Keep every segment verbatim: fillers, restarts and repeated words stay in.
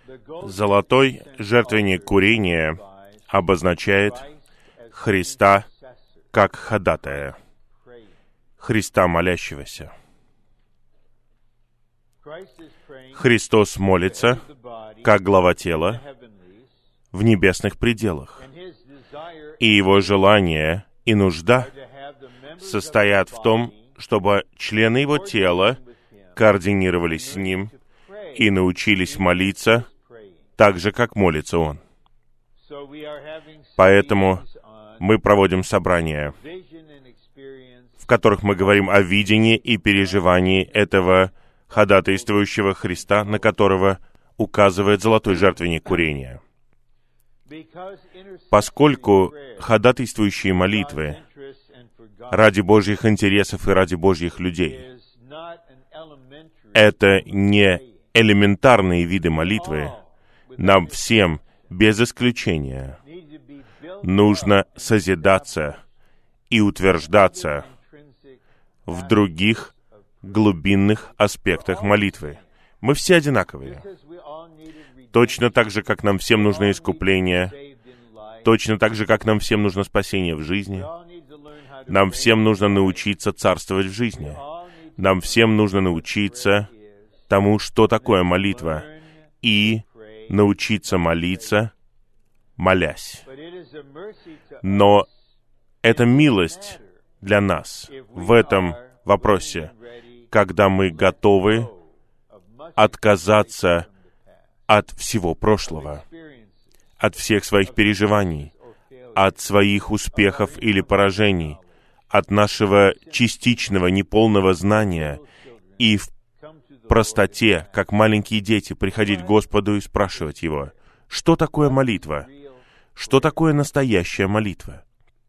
Золотой жертвенник курения обозначает Христа как ходатая, Христа молящегося. Христос молится, как глава тела, в небесных пределах. И Его желание и нужда состоят в том, чтобы члены Его тела координировались с Ним и научились молиться так же, как молится Он. Поэтому мы проводим собрания, в которых мы говорим о видении и переживании этого ходатайствующего Христа, на которого указывает золотой жертвенник курения. Поскольку ходатайствующие молитвы ради Божьих интересов и ради Божьих людей — это не элементарные виды молитвы, нам всем, без исключения, нужно созидаться и утверждаться в других глубинных аспектах молитвы. Мы все одинаковые. Точно так же, как нам всем нужно искупление, точно так же, как нам всем нужно спасение в жизни, нам всем нужно научиться царствовать в жизни. Нам всем нужно научиться тому, что такое молитва, и научиться молиться, молясь. Но это милость для нас в этом вопросе, когда мы готовы отказаться от всего прошлого, от всех своих переживаний, от своих успехов или поражений, от нашего частичного, неполного знания и в простоте, как маленькие дети, приходить к Господу и спрашивать Его, что такое молитва? Что такое настоящая молитва?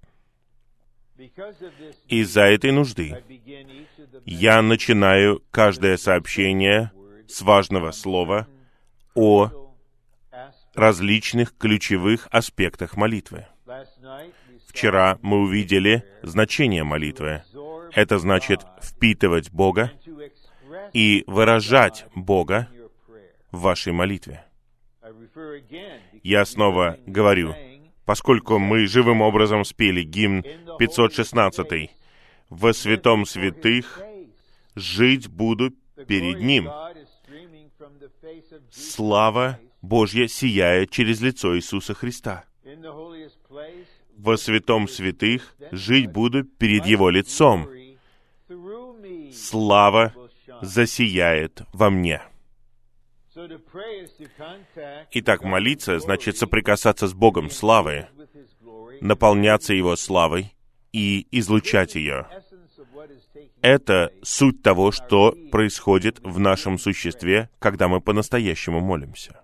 Из-за этой нужды я начинаю каждое сообщение с важного слова о различных ключевых аспектах молитвы. Вчера мы увидели значение молитвы. Это значит впитывать Бога и выражать Бога в вашей молитве. Я снова говорю, поскольку мы живым образом спели гимн пятьсот шестнадцатый «Во святом святых жить буду перед Ним». Слава Божья сияет через лицо Иисуса Христа. Во святом святых жить буду перед Его лицом. Слава засияет во мне. Итак, молиться значит соприкасаться с Богом славы, наполняться Его славой и излучать ее. Это суть того, что происходит в нашем существе, когда мы по-настоящему молимся.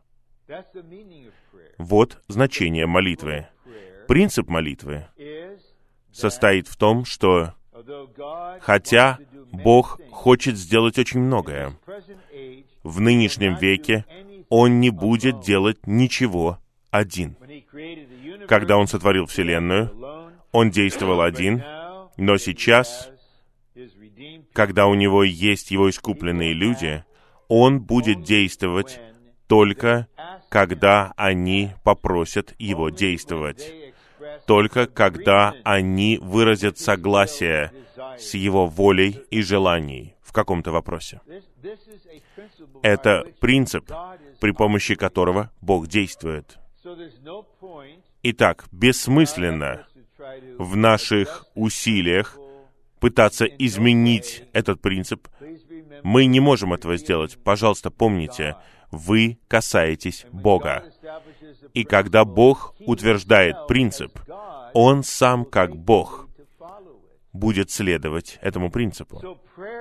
Вот значение молитвы. Принцип молитвы состоит в том, что хотя Бог хочет сделать очень многое, в нынешнем веке Он не будет делать ничего один. Когда Он сотворил Вселенную, Он действовал один, но сейчас, когда у Него есть Его искупленные люди, Он будет действовать только когда они попросят Его действовать, только когда они выразят согласие с Его волей и желанием в каком-то вопросе. Это принцип, при помощи которого Бог действует. Итак, бессмысленно в наших усилиях пытаться изменить этот принцип. Мы не можем этого сделать. Пожалуйста, помните, вы касаетесь Бога. И когда Бог утверждает принцип, Он сам, как Бог, будет следовать этому принципу.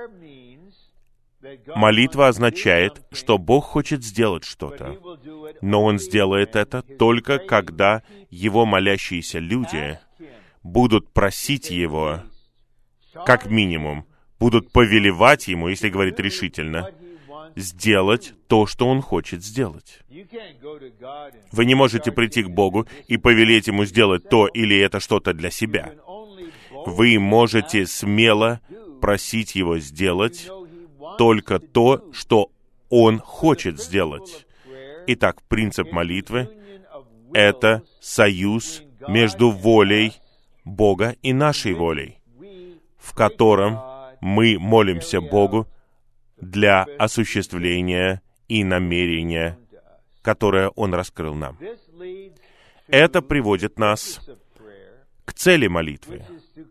Молитва означает, что Бог хочет сделать что-то, но Он сделает это только когда Его молящиеся люди будут просить Его, как минимум, будут повелевать Ему, если говорить решительно, сделать то, что Он хочет сделать. Вы не можете прийти к Богу и повелеть Ему сделать то или это что-то для себя. Вы можете смело просить Его сделать только то, что Он хочет сделать. Итак, принцип молитвы — это союз между волей Бога и нашей волей, в котором мы молимся Богу для осуществления и намерения, которое Он раскрыл нам. Это приводит нас к цели молитвы,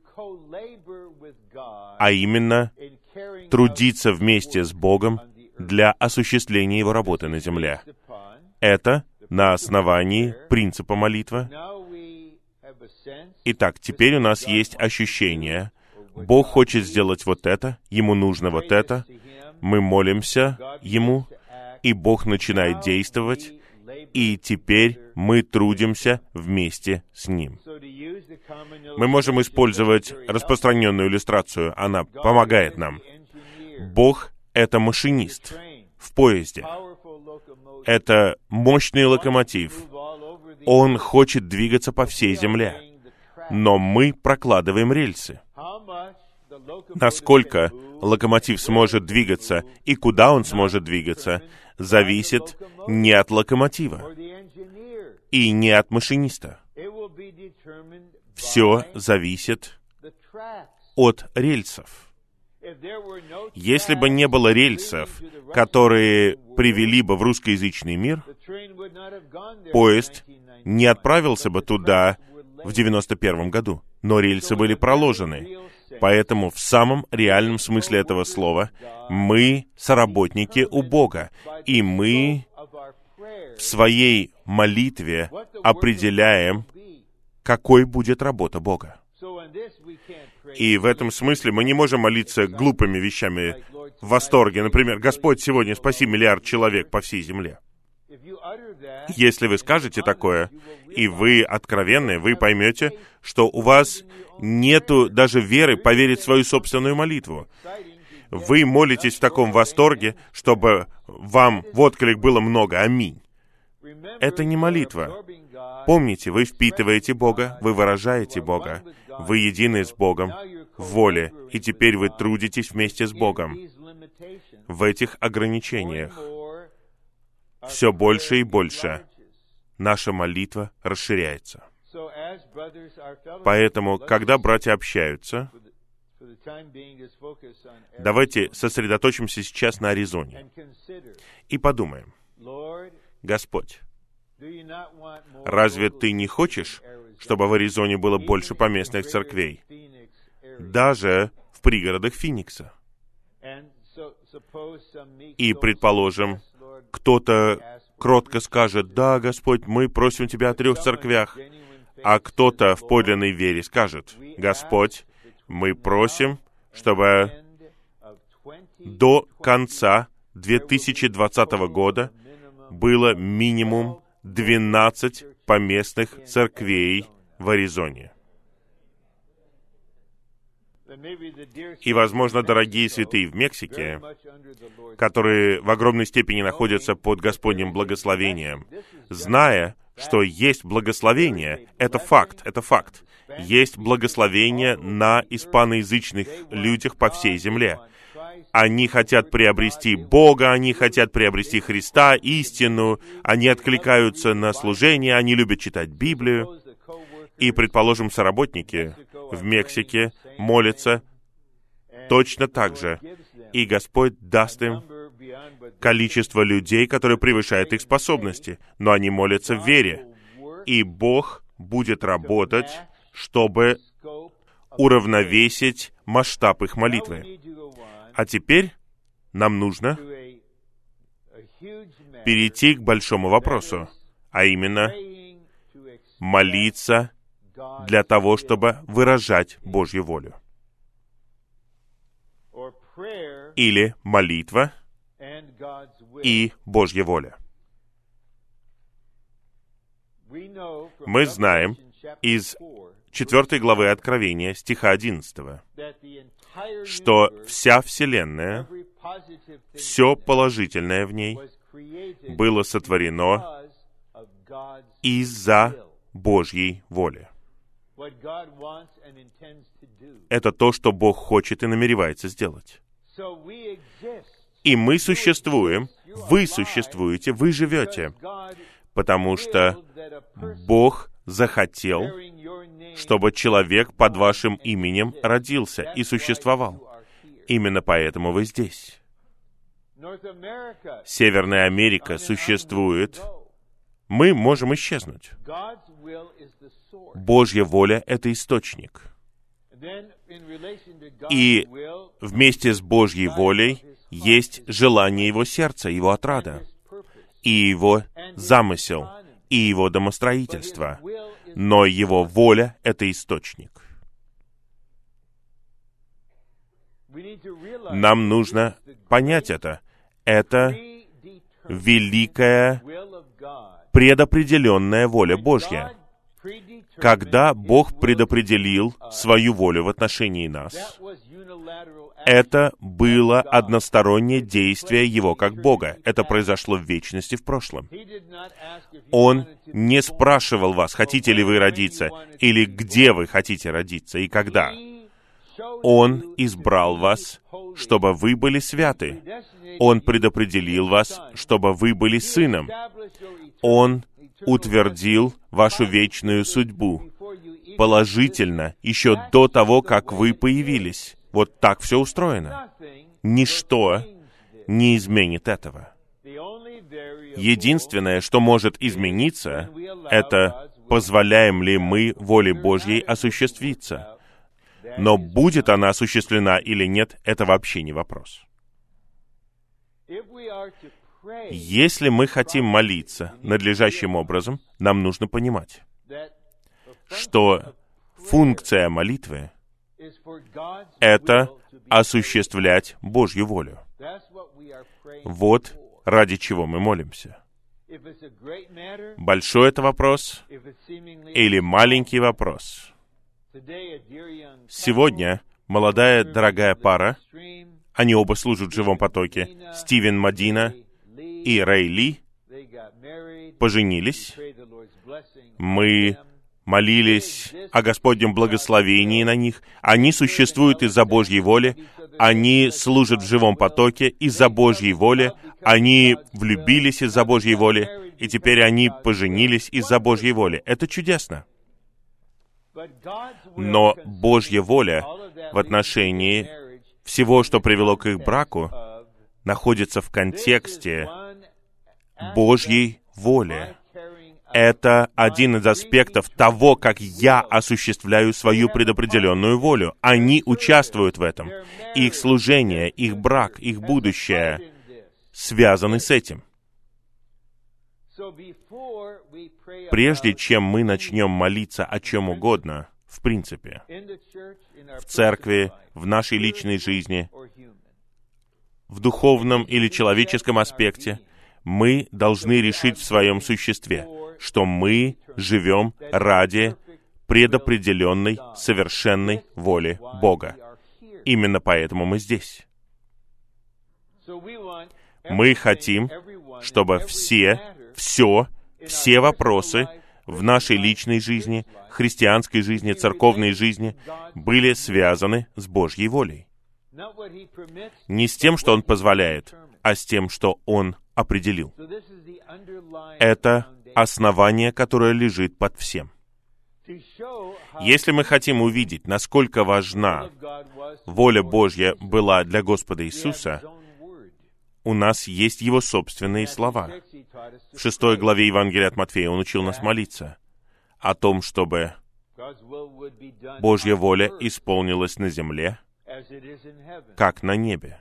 а именно трудиться вместе с Богом для осуществления Его работы на земле. Это на основании принципа молитвы. Итак, теперь у нас есть ощущение, Бог хочет сделать вот это, Ему нужно вот это, мы молимся Ему, и Бог начинает действовать, и теперь мы трудимся вместе с Ним. Мы можем использовать распространенную иллюстрацию, она помогает нам. Бог — это машинист в поезде. Это мощный локомотив. Он хочет двигаться по всей земле. Но мы прокладываем рельсы. Насколько локомотив сможет двигаться и куда он сможет двигаться, зависит не от локомотива и не от машиниста. Все зависит от рельсов. Если бы не было рельсов, которые привели бы в русскоязычный мир, поезд не отправился бы туда в девяносто первом году, но рельсы были проложены. Поэтому в самом реальном смысле этого слова мы соработники у Бога, и мы в своей молитве определяем, какой будет работа Бога. И в этом смысле мы не можем молиться глупыми вещами в восторге. Например, «Господь, сегодня спаси миллиард человек по всей земле». Если вы скажете такое, и вы откровенны, вы поймете, что у вас нету даже веры поверить в свою собственную молитву. Вы молитесь в таком восторге, чтобы вам в отклик было много «Аминь». Это не молитва. Помните, вы впитываете Бога, вы выражаете Бога, вы едины с Богом в воле, и теперь вы трудитесь вместе с Богом. В этих ограничениях все больше и больше наша молитва расширяется. Поэтому, когда братья общаются, давайте сосредоточимся сейчас на Аризоне и подумаем: Господь, разве Ты не хочешь, чтобы в Аризоне было больше поместных церквей, даже в пригородах Финикса? И, предположим, кто-то кротко скажет: «Да, Господь, мы просим Тебя о трех церквях», а кто-то в подлинной вере скажет: «Господь, мы просим, чтобы до конца две тысячи двадцатого года было минимум двенадцать поместных церквей в Аризоне». И, возможно, дорогие святые в Мексике, которые в огромной степени находятся под Господним благословением, зная, что есть благословение, это факт, это факт, есть благословение на испаноязычных людях по всей земле. Они хотят приобрести Бога, они хотят приобрести Христа, истину, они откликаются на служение, они любят читать Библию. И, предположим, соработники в Мексике молятся точно так же. И Господь даст им количество людей, которое превышает их способности. Но они молятся в вере. И Бог будет работать, чтобы уравновесить масштаб их молитвы. А теперь нам нужно перейти к большому вопросу, а именно молиться для того, чтобы выражать Божью волю. Или молитва и Божья воля. Мы знаем из четвёртой главы Откровения, стиха одиннадцатого, что вся Вселенная, все положительное в ней было сотворено из-за Божьей воли. Это то, что Бог хочет и намеревается сделать. И мы существуем Вы существуете, вы живете, потому что Бог захотел, чтобы человек под вашим именем родился и существовал. Именно поэтому вы здесь. Северная Америка существует. Мы можем исчезнуть. Божья воля — это источник. И вместе с Божьей волей есть желание Его сердца, Его отрада, и Его замысел, и Его домостроительство. Но Его воля — это источник. Нам нужно понять это. Это великая предопределенная воля Божья. Когда Бог предопределил свою волю в отношении нас, это было одностороннее действие Его как Бога. Это произошло в вечности в прошлом. Он не спрашивал вас, хотите ли вы родиться, или где вы хотите родиться, и когда. Он избрал вас, чтобы вы были святы. Он предопределил вас, чтобы вы были сыном. Он утвердил вашу вечную судьбу положительно еще до того, как вы появились. Вот так все устроено. Ничто не изменит этого. Единственное, что может измениться, это позволяем ли мы воле Божьей осуществиться. Но будет она осуществлена или нет, это вообще не вопрос. Если мы хотим молиться надлежащим образом, нам нужно понимать, что функция молитвы — это осуществлять Божью волю. Вот ради чего мы молимся. Большой это вопрос или маленький вопрос? Сегодня молодая дорогая пара, они оба служат в живом потоке, Стивен Мадина и Рэй Ли, поженились. Мы молились о Господнем благословении на них. Они существуют из-за Божьей воли. Они служат в живом потоке из-за Божьей воли. Они влюбились из-за Божьей воли. И теперь они поженились из-за Божьей воли. Это чудесно. Но Божья воля в отношении всего, что привело к их браку, находится в контексте Божьей воли. Это один из аспектов того, как я осуществляю свою предопределенную волю. Они участвуют в этом. Их служение, их брак, их будущее связаны с этим. Прежде чем мы начнем молиться о чем угодно, в принципе, в церкви, в нашей личной жизни, в духовном или человеческом аспекте, мы должны решить в своем существе, что мы живем ради предопределенной, совершенной воли Бога. Именно поэтому мы здесь. Мы хотим, чтобы все, все, все вопросы в нашей личной жизни, христианской жизни, церковной жизни были связаны с Божьей волей. Не с тем, что Он позволяет, а с тем, что Он определил. Это основание, которое лежит под всем. Если мы хотим увидеть, насколько важна воля Божья была для Господа Иисуса, у нас есть Его собственные слова. В шестой главе Евангелия от Матфея Он учил нас молиться о том, чтобы Божья воля исполнилась на земле, как на небе.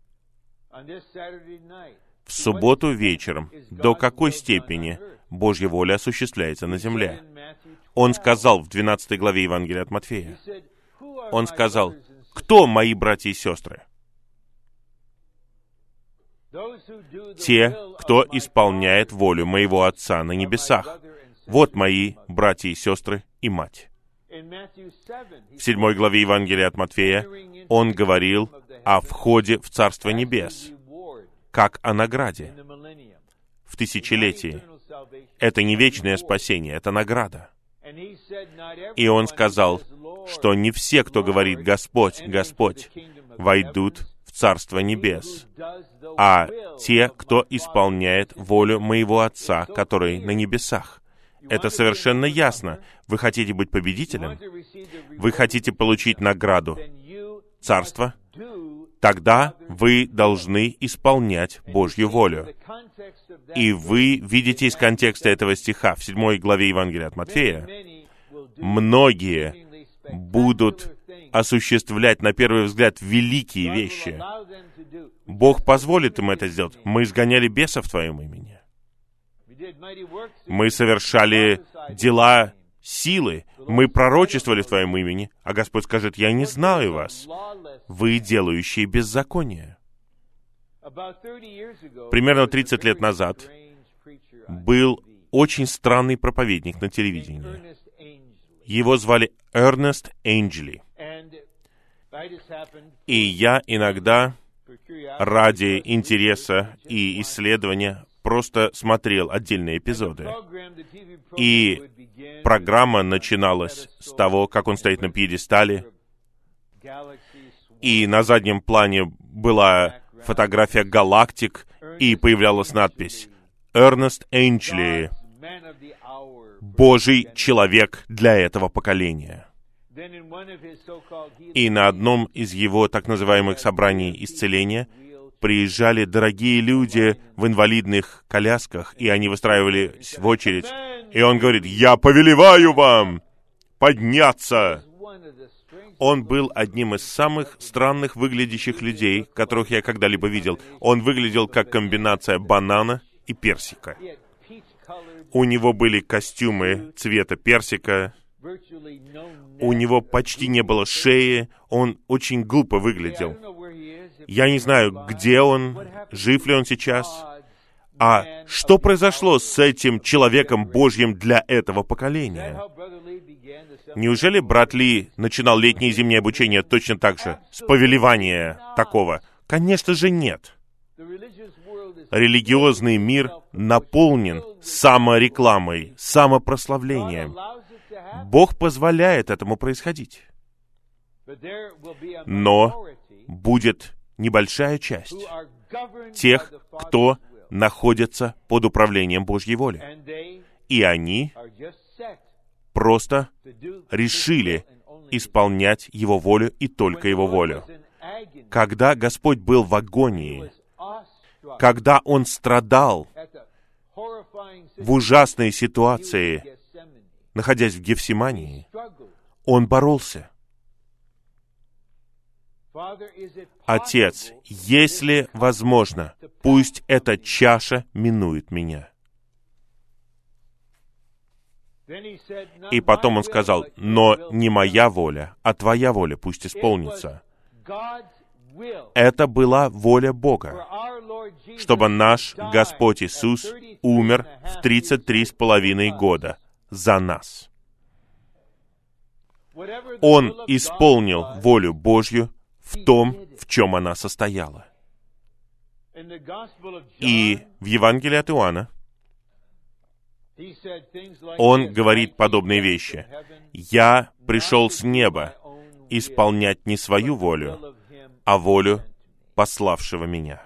В субботу вечером до какой степени Божья воля осуществляется на земле? Он сказал в двенадцатой главе Евангелия от Матфея, Он сказал, «Кто мои братья и сестры?» Те, кто исполняет волю моего Отца на небесах. Вот мои братья и сестры и мать. В седьмой главе Евангелия от Матфея Он говорил о входе в Царство Небес, как о награде в тысячелетии. Это не вечное спасение, это награда. И Он сказал, что не все, кто говорит «Господь, Господь», войдут в в Царство Небес, а те, кто исполняет волю моего Отца, который на небесах. Это совершенно ясно. Вы хотите быть победителем? Вы хотите получить награду Царства? Тогда вы должны исполнять Божью волю. И вы видите из контекста этого стиха в седьмой главе Евангелия от Матфея, многие будут осуществлять, на первый взгляд, великие вещи. Бог позволит им это сделать. Мы изгоняли бесов в Твоем имени. Мы совершали дела силы. Мы пророчествовали в Твоем имени. А Господь скажет: «Я не знаю вас, вы делающие беззаконие». Примерно тридцать лет назад был очень странный проповедник на телевидении. Его звали Эрнест Эйнджли. И я иногда ради интереса и исследования просто смотрел отдельные эпизоды. И программа начиналась с того, как он стоит на пьедестале, и на заднем плане была фотография галактик, и появлялась надпись «Эрнест Эйнджли, Божий человек для этого поколения». И на одном из его так называемых собраний исцеления приезжали дорогие люди в инвалидных колясках, и они выстраивались в очередь. И он говорит: «Я повелеваю вам подняться». Он был одним из самых странных выглядящих людей, которых я когда-либо видел. Он выглядел как комбинация банана и персика. У него были костюмы цвета персика. У него почти не было шеи. Он очень глупо выглядел. Я не знаю, где он, жив ли он сейчас. А что произошло с этим человеком Божьим для этого поколения? Неужели брат Ли начинал летнее и зимнее обучение точно так же, с повелевания такого? Конечно же нет. Религиозный мир наполнен саморекламой, самопрославлением. Бог позволяет этому происходить. Но будет небольшая часть тех, кто находится под управлением Божьей воли. И они просто решили исполнять Его волю и только Его волю. Когда Господь был в агонии, когда Он страдал в ужасной ситуации, находясь в Гефсимании, Он боролся. Отец, если возможно, пусть эта чаша минует меня. И потом он сказал: но не моя воля, а твоя воля пусть исполнится. Это была воля Бога, чтобы наш Господь Иисус умер в тридцать три с половиной года за нас. Он исполнил волю Божью в том, в чем она состояла. И в Евангелии от Иоанна он говорит подобные вещи. «Я пришел с неба исполнять не свою волю, а волю пославшего меня».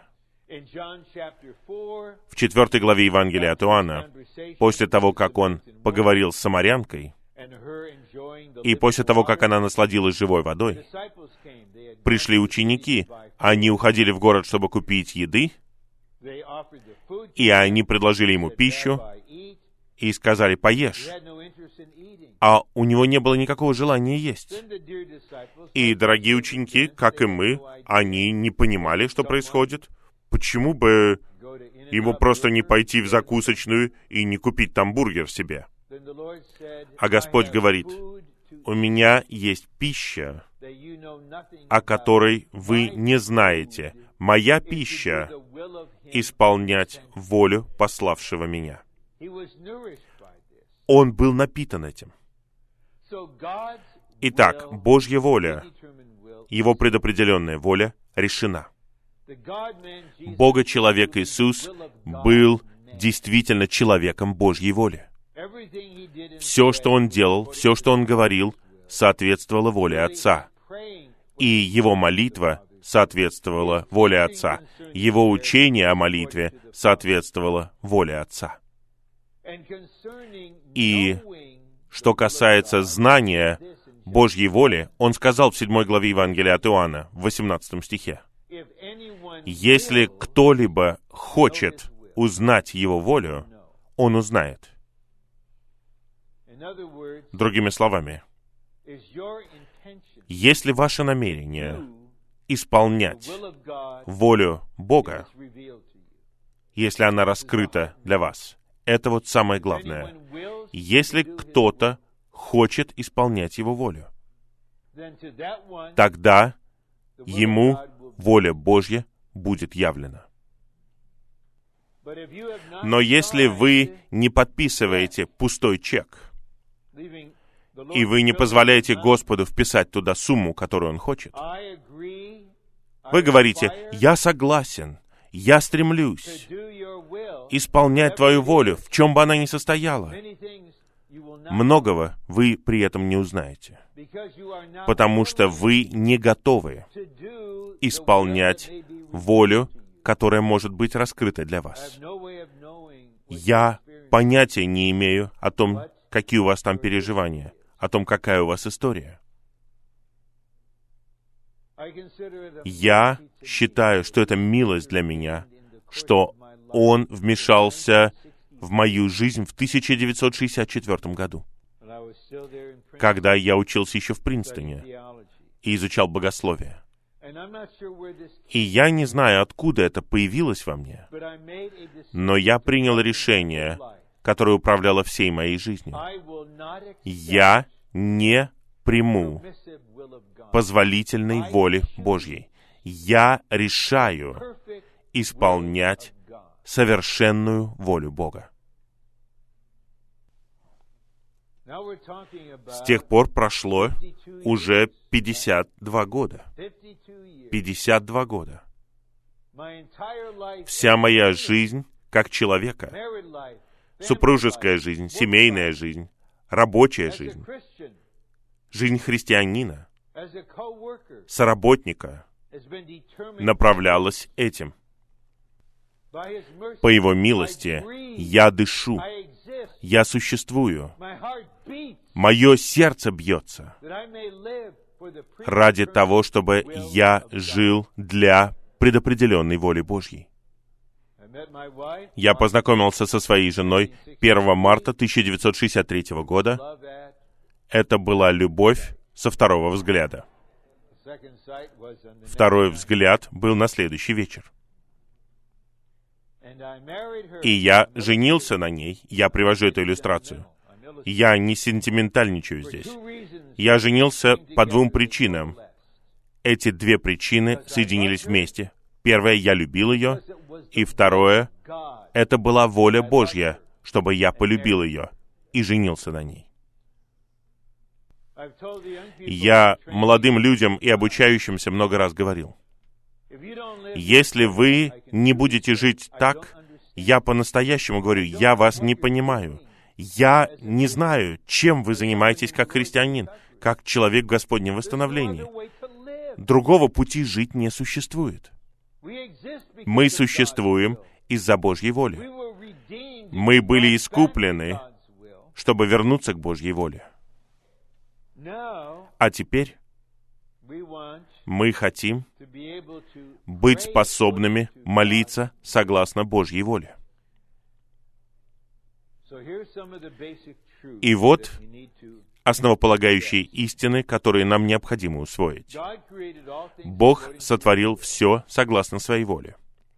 В четвертой главе Евангелия от Иоанна, после того, как он поговорил с самарянкой, и после того, как она насладилась живой водой, пришли ученики. Они уходили в город, чтобы купить еды, и они предложили ему пищу, и сказали: «Поешь». А у него не было никакого желания есть. И дорогие ученики, как и мы, они не понимали, что происходит. Почему бы ему просто не пойти в закусочную и не купить там бургер себе? А Господь говорит: «У меня есть пища, о которой вы не знаете. Моя пища — исполнять волю пославшего меня». Он был напитан этим. Итак, Божья воля, Его предопределенная воля, решена. Бога-человек Иисус был действительно человеком Божьей воли. Все, что Он делал, все, что Он говорил, соответствовало воле Отца. И Его молитва соответствовала воле Отца. Его учение о молитве соответствовало воле Отца. И что касается знания Божьей воли, Он сказал в седьмой главе Евангелия от Иоанна, в восемнадцатом стихе, «Если кто-либо хочет узнать Его волю, он узнает». Другими словами, если ваше намерение исполнять волю Бога, если она раскрыта для вас, это вот самое главное. Если кто-то хочет исполнять Его волю, тогда ему воля Божья будет явлена. Но если вы не подписываете пустой чек, и вы не позволяете Господу вписать туда сумму, которую Он хочет, вы говорите: «Я согласен, я стремлюсь исполнять Твою волю, в чем бы она ни состояла». Многого вы при этом не узнаете, потому что вы не готовы исполнять волю, которая может быть раскрыта для вас. Я понятия не имею о том, какие у вас там переживания, о том, какая у вас история. Я считаю, что это милость для меня, что Он вмешался в мою жизнь в тысяча девятьсот шестьдесят четвёртом году, когда я учился еще в Принстоне и изучал богословие. И я не знаю, откуда это появилось во мне, но я принял решение, которое управляло всей моей жизнью. Я не приму позволительной воли Божьей. Я решаю исполнять совершенную волю Бога. С тех пор прошло уже пятьдесят два года. пятьдесят два года. Вся моя жизнь как человека, супружеская жизнь, семейная жизнь, рабочая жизнь, жизнь христианина, соработника направлялась этим. По Его милости я дышу, я существую, мое сердце бьется ради того, чтобы я жил для предопределенной воли Божьей. Я познакомился со своей женой первого марта тысяча девятьсот шестьдесят третьего года. Это была любовь со второго взгляда. Второй взгляд был на следующий вечер. И я женился на ней. Я привожу эту иллюстрацию. Я не сентиментальничаю здесь. Я женился по двум причинам. Эти две причины соединились вместе. Первое, я любил ее. И второе, это была воля Божья, чтобы я полюбил ее и женился на ней. Я молодым людям и обучающимся много раз говорил: если вы не будете жить так, я по-настоящему говорю, я вас не понимаю. Я не знаю, чем вы занимаетесь как христианин, как человек в Господнем восстановлении. Другого пути жить не существует. Мы существуем из-за Божьей воли. Мы были искуплены, чтобы вернуться к Божьей воле. А теперь мы хотим быть способными молиться согласно Божьей воле. И вот основополагающие истины, которые нам необходимо усвоить. Бог сотворил все согласно своей воле.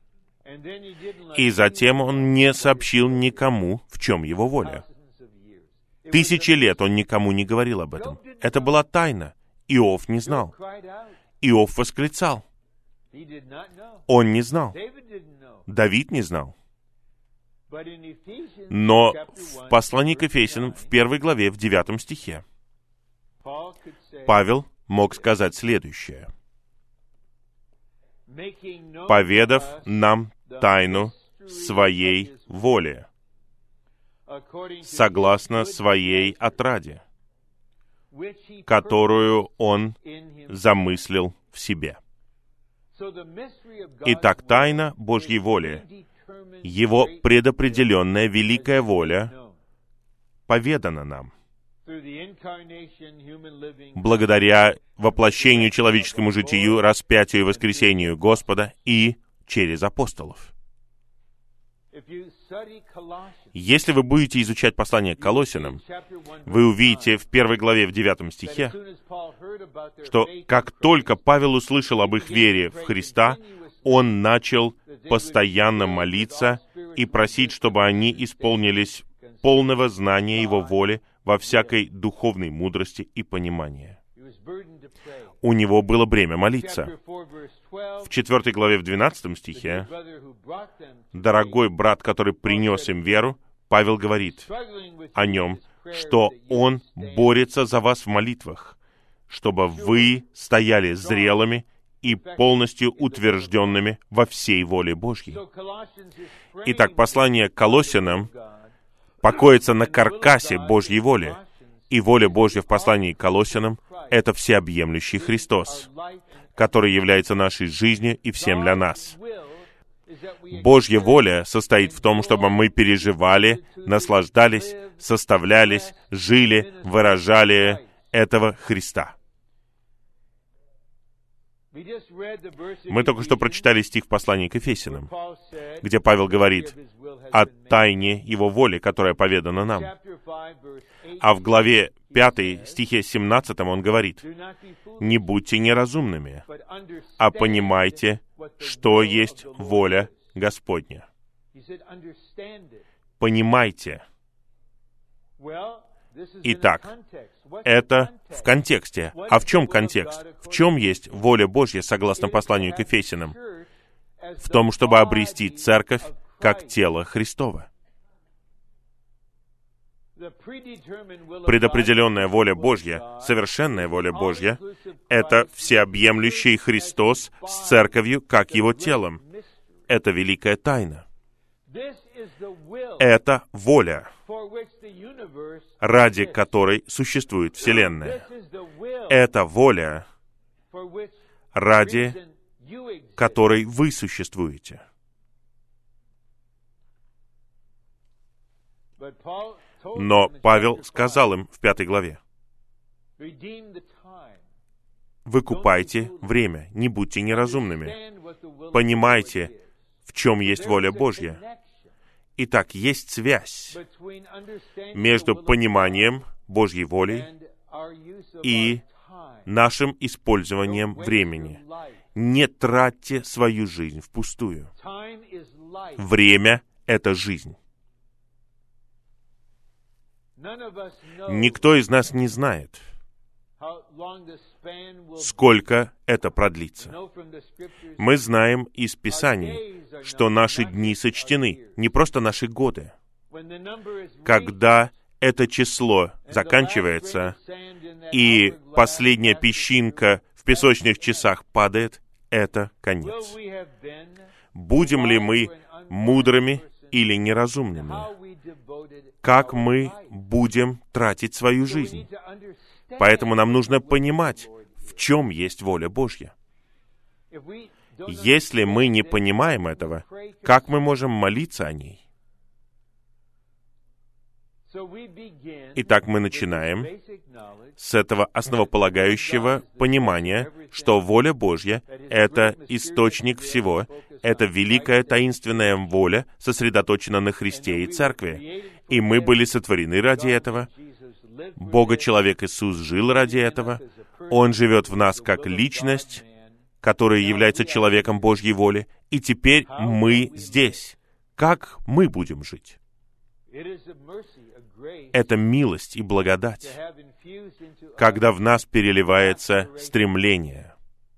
И затем Он не сообщил никому, в чем Его воля. Тысячи лет Он никому не говорил об этом. Это была тайна. Иов не знал. Иов восклицал. Он не знал. Давид не знал. Но в послании к Ефесянам, в первой главе, в девятом стихе, Павел мог сказать следующее: «Поведав нам тайну своей воли, согласно своей отраде, которую Он замыслил в себе». Итак, тайна Божьей воли, Его предопределенная великая воля, поведана нам благодаря воплощению человеческому житию, распятию и воскресению Господа и через апостолов. Если вы будете изучать послание к Колоссянам, вы увидите в первой главе, в девятом стихе, что как только Павел услышал об их вере в Христа, он начал постоянно молиться и просить, чтобы они исполнились полного знания Его воли во всякой духовной мудрости и понимании. У него было бремя молиться. В четвертой главе, в двенадцатом стихе, дорогой брат, который принес им веру, Павел говорит о нем, что он борется за вас в молитвах, чтобы вы стояли зрелыми и полностью утвержденными во всей воле Божьей. Итак, послание к Колоссянам покоится на каркасе Божьей воли, и воля Божья в послании к Колоссянам — это всеобъемлющий Христос, который является нашей жизнью и всем для нас. Божья воля состоит в том, чтобы мы переживали, наслаждались, составлялись, жили, выражали этого Христа. Мы только что прочитали стих в послании к Ефесянам, где Павел говорит о тайне Его воли, которая поведана нам. А в главе пятой, стихе семнадцатом он говорит: «Не будьте неразумными, а понимайте, что есть воля Господня». Понимайте. Итак, это в контексте. А в чем контекст? В чем есть воля Божья, согласно посланию к Ефесянам? В том, чтобы обрести церковь как тело Христово. Предопределенная воля Божья, совершенная воля Божья — это всеобъемлющий Христос с церковью как Его телом. Это великая тайна. Это воля, ради которой существует Вселенная. Это воля, ради которой вы существуете. Но Павел сказал им в пятой главе: «Выкупайте время, не будьте неразумными, понимайте, в чем есть воля Божья». Итак, есть связь между пониманием Божьей воли и нашим использованием времени. Не тратьте свою жизнь впустую. Время — это жизнь. Никто из нас не знает, сколько это продлится. Мы знаем из Писаний, что наши дни сочтены, не просто наши годы. Когда это число заканчивается, и последняя песчинка в песочных часах падает, это конец. Будем ли мы мудрыми или неразумными? Как мы будем тратить свою жизнь? Поэтому нам нужно понимать, в чем есть воля Божья. Если мы не понимаем этого, как мы можем молиться о ней? Итак, мы начинаем с этого основополагающего понимания, что воля Божья — это источник всего, это великая таинственная воля, сосредоточена на Христе и Церкви. И мы были сотворены ради этого. Бога-человек Иисус жил ради этого. Он живет в нас как личность, которая является человеком Божьей воли. И теперь мы здесь. Как мы будем жить? Это милость и благодать, когда в нас переливается стремление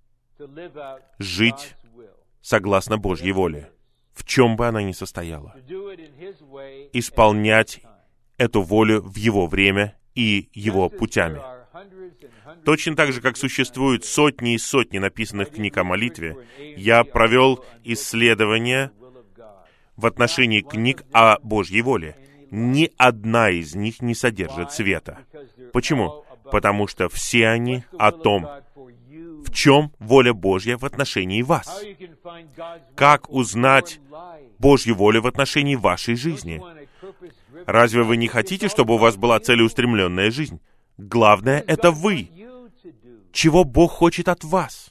жить согласно Божьей воле, в чем бы она ни состояла, исполнять эту волю в Его время и Его путями. Точно так же, как существуют сотни и сотни написанных книг о молитве, я провел исследования в отношении книг о Божьей воле. Ни одна из них не содержит света. Почему? Потому что все они о том, В чем воля Божья в отношении вас? Как узнать Божью волю в отношении вашей жизни? Разве вы не хотите, чтобы у вас была целеустремленная жизнь? Главное — это вы. Чего Бог хочет от вас?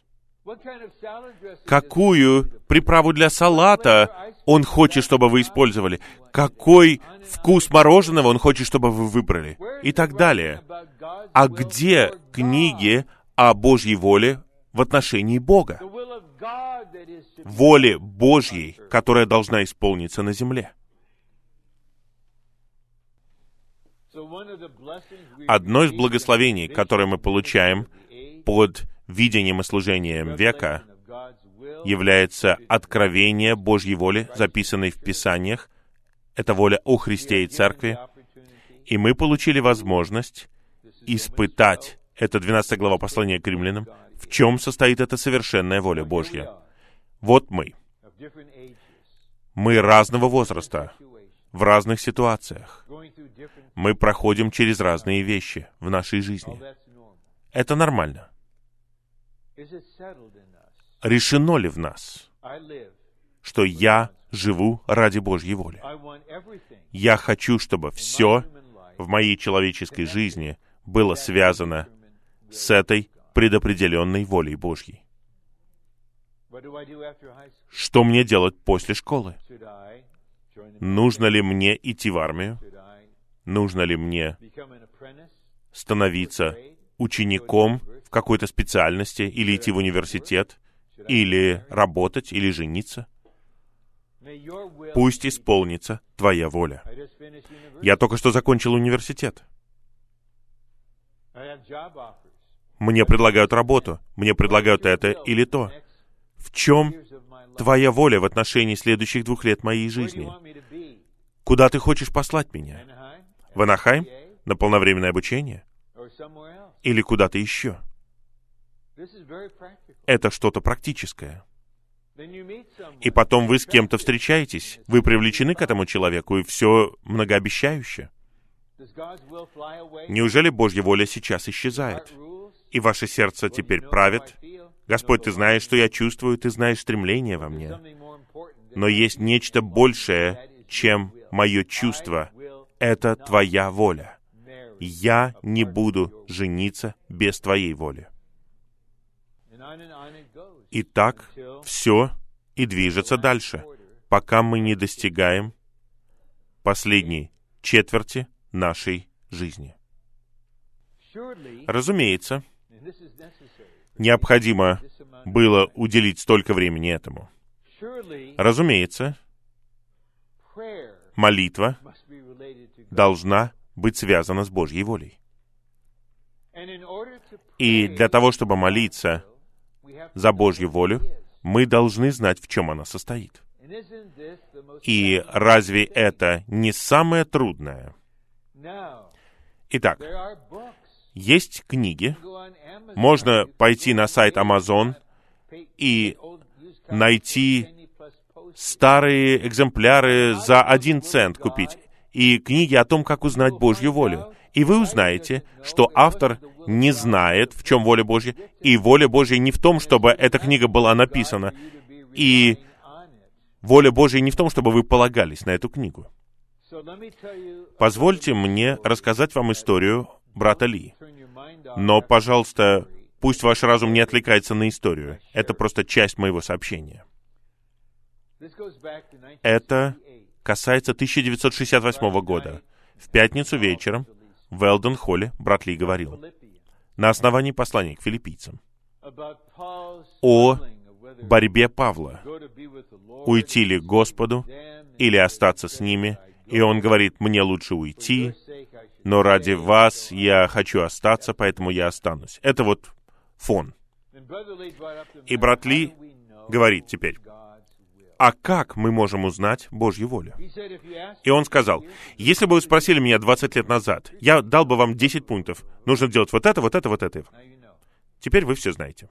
Какую приправу для салата Он хочет, чтобы вы использовали? Какой вкус мороженого Он хочет, чтобы вы выбрали? И так далее. А где книги о Божьей воле в отношении Бога? Воле Божьей, которая должна исполниться на земле. Одно из благословений, которое мы получаем под видением и служением века, является откровение Божьей воли, записанной в Писаниях. Это воля о Христе и Церкви. И мы получили возможность испытать, это двенадцатая глава послания к римлянам, в чем состоит эта совершенная воля Божья. Вот мы. Мы разного возраста, в разных ситуациях. Мы проходим через разные вещи в нашей жизни. Это нормально. Решено ли в нас, что я живу ради Божьей воли? Я хочу, чтобы все в моей человеческой жизни было связано с этой предопределенной волей Божьей. Что мне делать после школы? Нужно ли мне идти в армию? Нужно ли мне становиться учеником в какой-то специальности, или идти в университет, или работать, или жениться? Пусть исполнится Твоя воля. Я только что закончил университет. Мне предлагают работу, мне предлагают это или то. В чем Твоя воля в отношении следующих двух лет моей жизни? Куда Ты хочешь послать меня? В Анахайм? На полновременное обучение? Или куда-то еще? Это что-то практическое. И потом вы с кем-то встречаетесь, вы привлечены к этому человеку, и все многообещающе. Неужели Божья воля сейчас исчезает? И ваше сердце теперь правит? Господь, Ты знаешь, что я чувствую, Ты знаешь стремление во мне. Но есть нечто большее, чем мое чувство. Это Твоя воля. Я не буду жениться без Твоей воли. И так все и движется дальше, пока мы не достигаем последней четверти нашей жизни. Разумеется, необходимо было уделить столько времени этому. Разумеется, молитва должна быть связана с Божьей волей. И для того, чтобы молиться за Божью волю, мы должны знать, в чем она состоит. И разве это не самое трудное? Итак, есть книги. Можно пойти на сайт Amazon и найти старые экземпляры за один цент купить. И книги о том, как узнать Божью волю. И вы узнаете, что автор не знает, в чем воля Божья, и воля Божья не в том, чтобы эта книга была написана, и воля Божья не в том, чтобы вы полагались на эту книгу. Позвольте мне рассказать вам историю брата Ли. Но, пожалуйста, пусть ваш разум не отвлекается на историю. Это просто часть моего сообщения. Это касается тысяча девятьсот шестьдесят восьмого года. В пятницу вечером в Элден-Холле брат Ли говорил на основании послания к филиппийцам о борьбе Павла. Уйти ли к Господу или остаться с ними? И он говорит, мне лучше уйти, но ради вас я хочу остаться, поэтому я останусь. Это вот фон. И брат Ли говорит теперь, а как мы можем узнать Божью волю? И он сказал, если бы вы спросили меня двадцать лет назад, я дал бы вам десять пунктов. Нужно делать вот это, вот это, вот это. Теперь вы все знаете.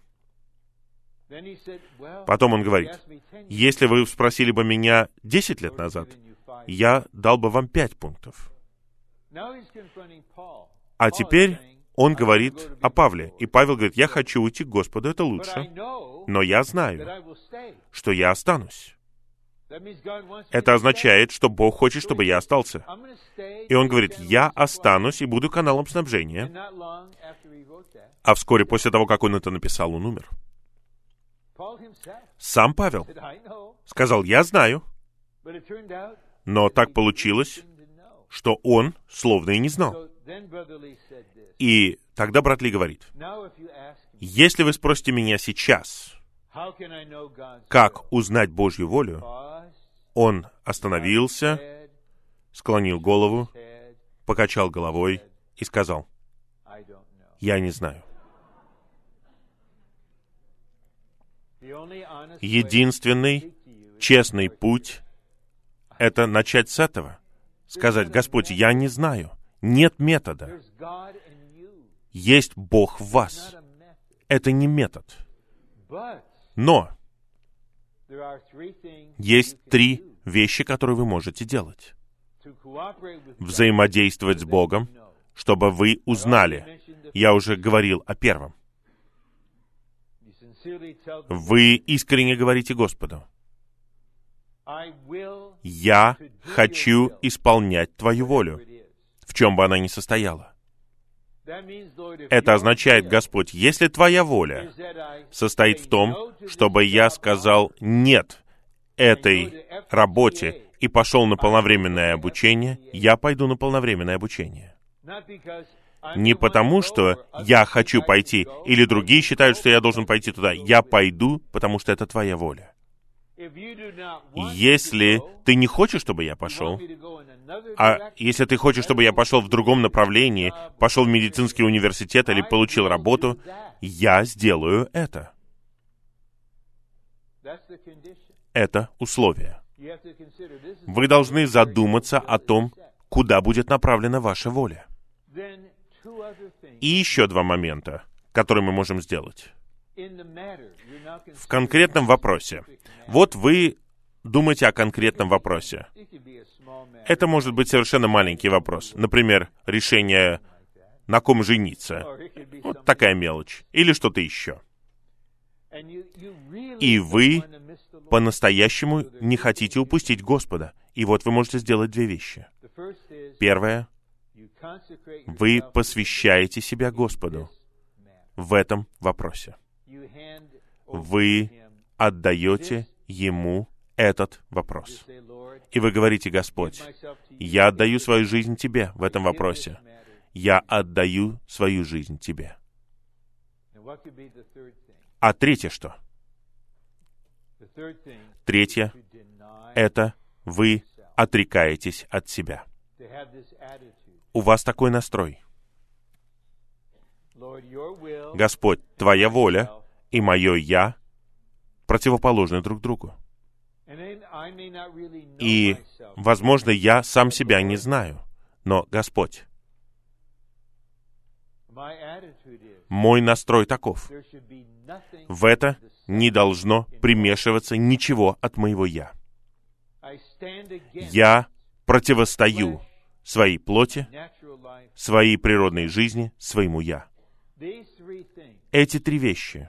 Потом он говорит, если вы спросили бы меня десять лет назад, я дал бы вам пять пунктов. А теперь он говорит о Павле. И Павел говорит, я хочу уйти к Господу, это лучше. Но я знаю, что я останусь. Это означает, что Бог хочет, чтобы я остался. И он говорит, я останусь и буду каналом снабжения. А вскоре после того, как он это написал, он умер. Сам Павел сказал, я знаю. Но так получилось, что он словно и не знал. И тогда брат Ли говорит, если вы спросите меня сейчас, как узнать Божью волю, он остановился, склонил голову, покачал головой и сказал, я не знаю. Единственный честный путь — это начать с этого. Сказать, Господь, я не знаю. Нет метода. Есть Бог в вас. Это не метод. Но есть три вещи, которые вы можете делать. Взаимодействовать с Богом, чтобы вы узнали. Я уже говорил о первом. Вы искренне говорите Господу, «Я хочу исполнять Твою волю, в чем бы она ни состояла». Это означает, Господь, если Твоя воля состоит в том, чтобы я сказал «нет» этой работе и пошел на полновременное обучение, я пойду на полновременное обучение. Не потому, что я хочу пойти, или другие считают, что я должен пойти туда. Я пойду, потому что это Твоя воля. Если ты не хочешь, чтобы я пошел, а если ты хочешь, чтобы я пошел в другом направлении, пошел в медицинский университет или получил работу, я сделаю это. Это условие. Вы должны задуматься о том, куда будет направлена ваша воля. И еще два момента, которые мы можем сделать. В конкретном вопросе. Вот вы думаете о конкретном вопросе. Это может быть совершенно маленький вопрос. Например, решение, на ком жениться. Вот такая мелочь. Или что-то еще. И вы по-настоящему не хотите упустить Господа. И вот вы можете сделать две вещи. Первое. Вы посвящаете себя Господу в этом вопросе. Вы отдаете Ему этот вопрос. И вы говорите, Господь, я отдаю свою жизнь Тебе в этом вопросе. Я отдаю свою жизнь Тебе. А третье что? Третье — это вы отрекаетесь от себя. У вас такой настрой. Господь, Твоя воля и мое «я» противоположны друг другу. И, возможно, я сам себя не знаю, но, Господь, мой настрой таков. В это не должно примешиваться ничего от моего «я». Я противостою своей плоти, своей природной жизни, своему «я». Эти три вещи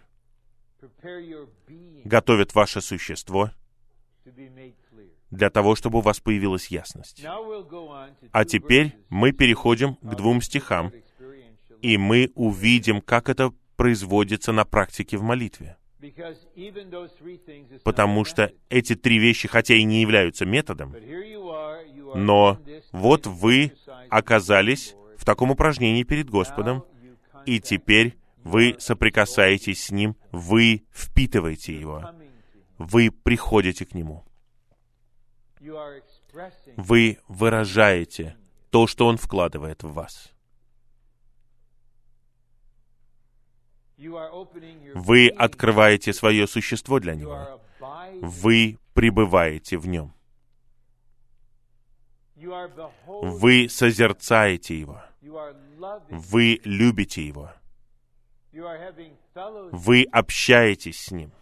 готовят ваше существо для того, чтобы у вас появилась ясность. А теперь мы переходим к двум стихам, и мы увидим, как это производится на практике в молитве. Потому что эти три вещи, хотя и не являются методом, но вот вы оказались в таком упражнении перед Господом, и теперь вы соприкасаетесь с Ним, вы впитываете Его, вы приходите к Нему. Вы выражаете то, что Он вкладывает в вас. Вы открываете свое существо для Него. Вы пребываете в Нем. Вы созерцаете Его. Вы любите Его. Вы общаетесь с Ним.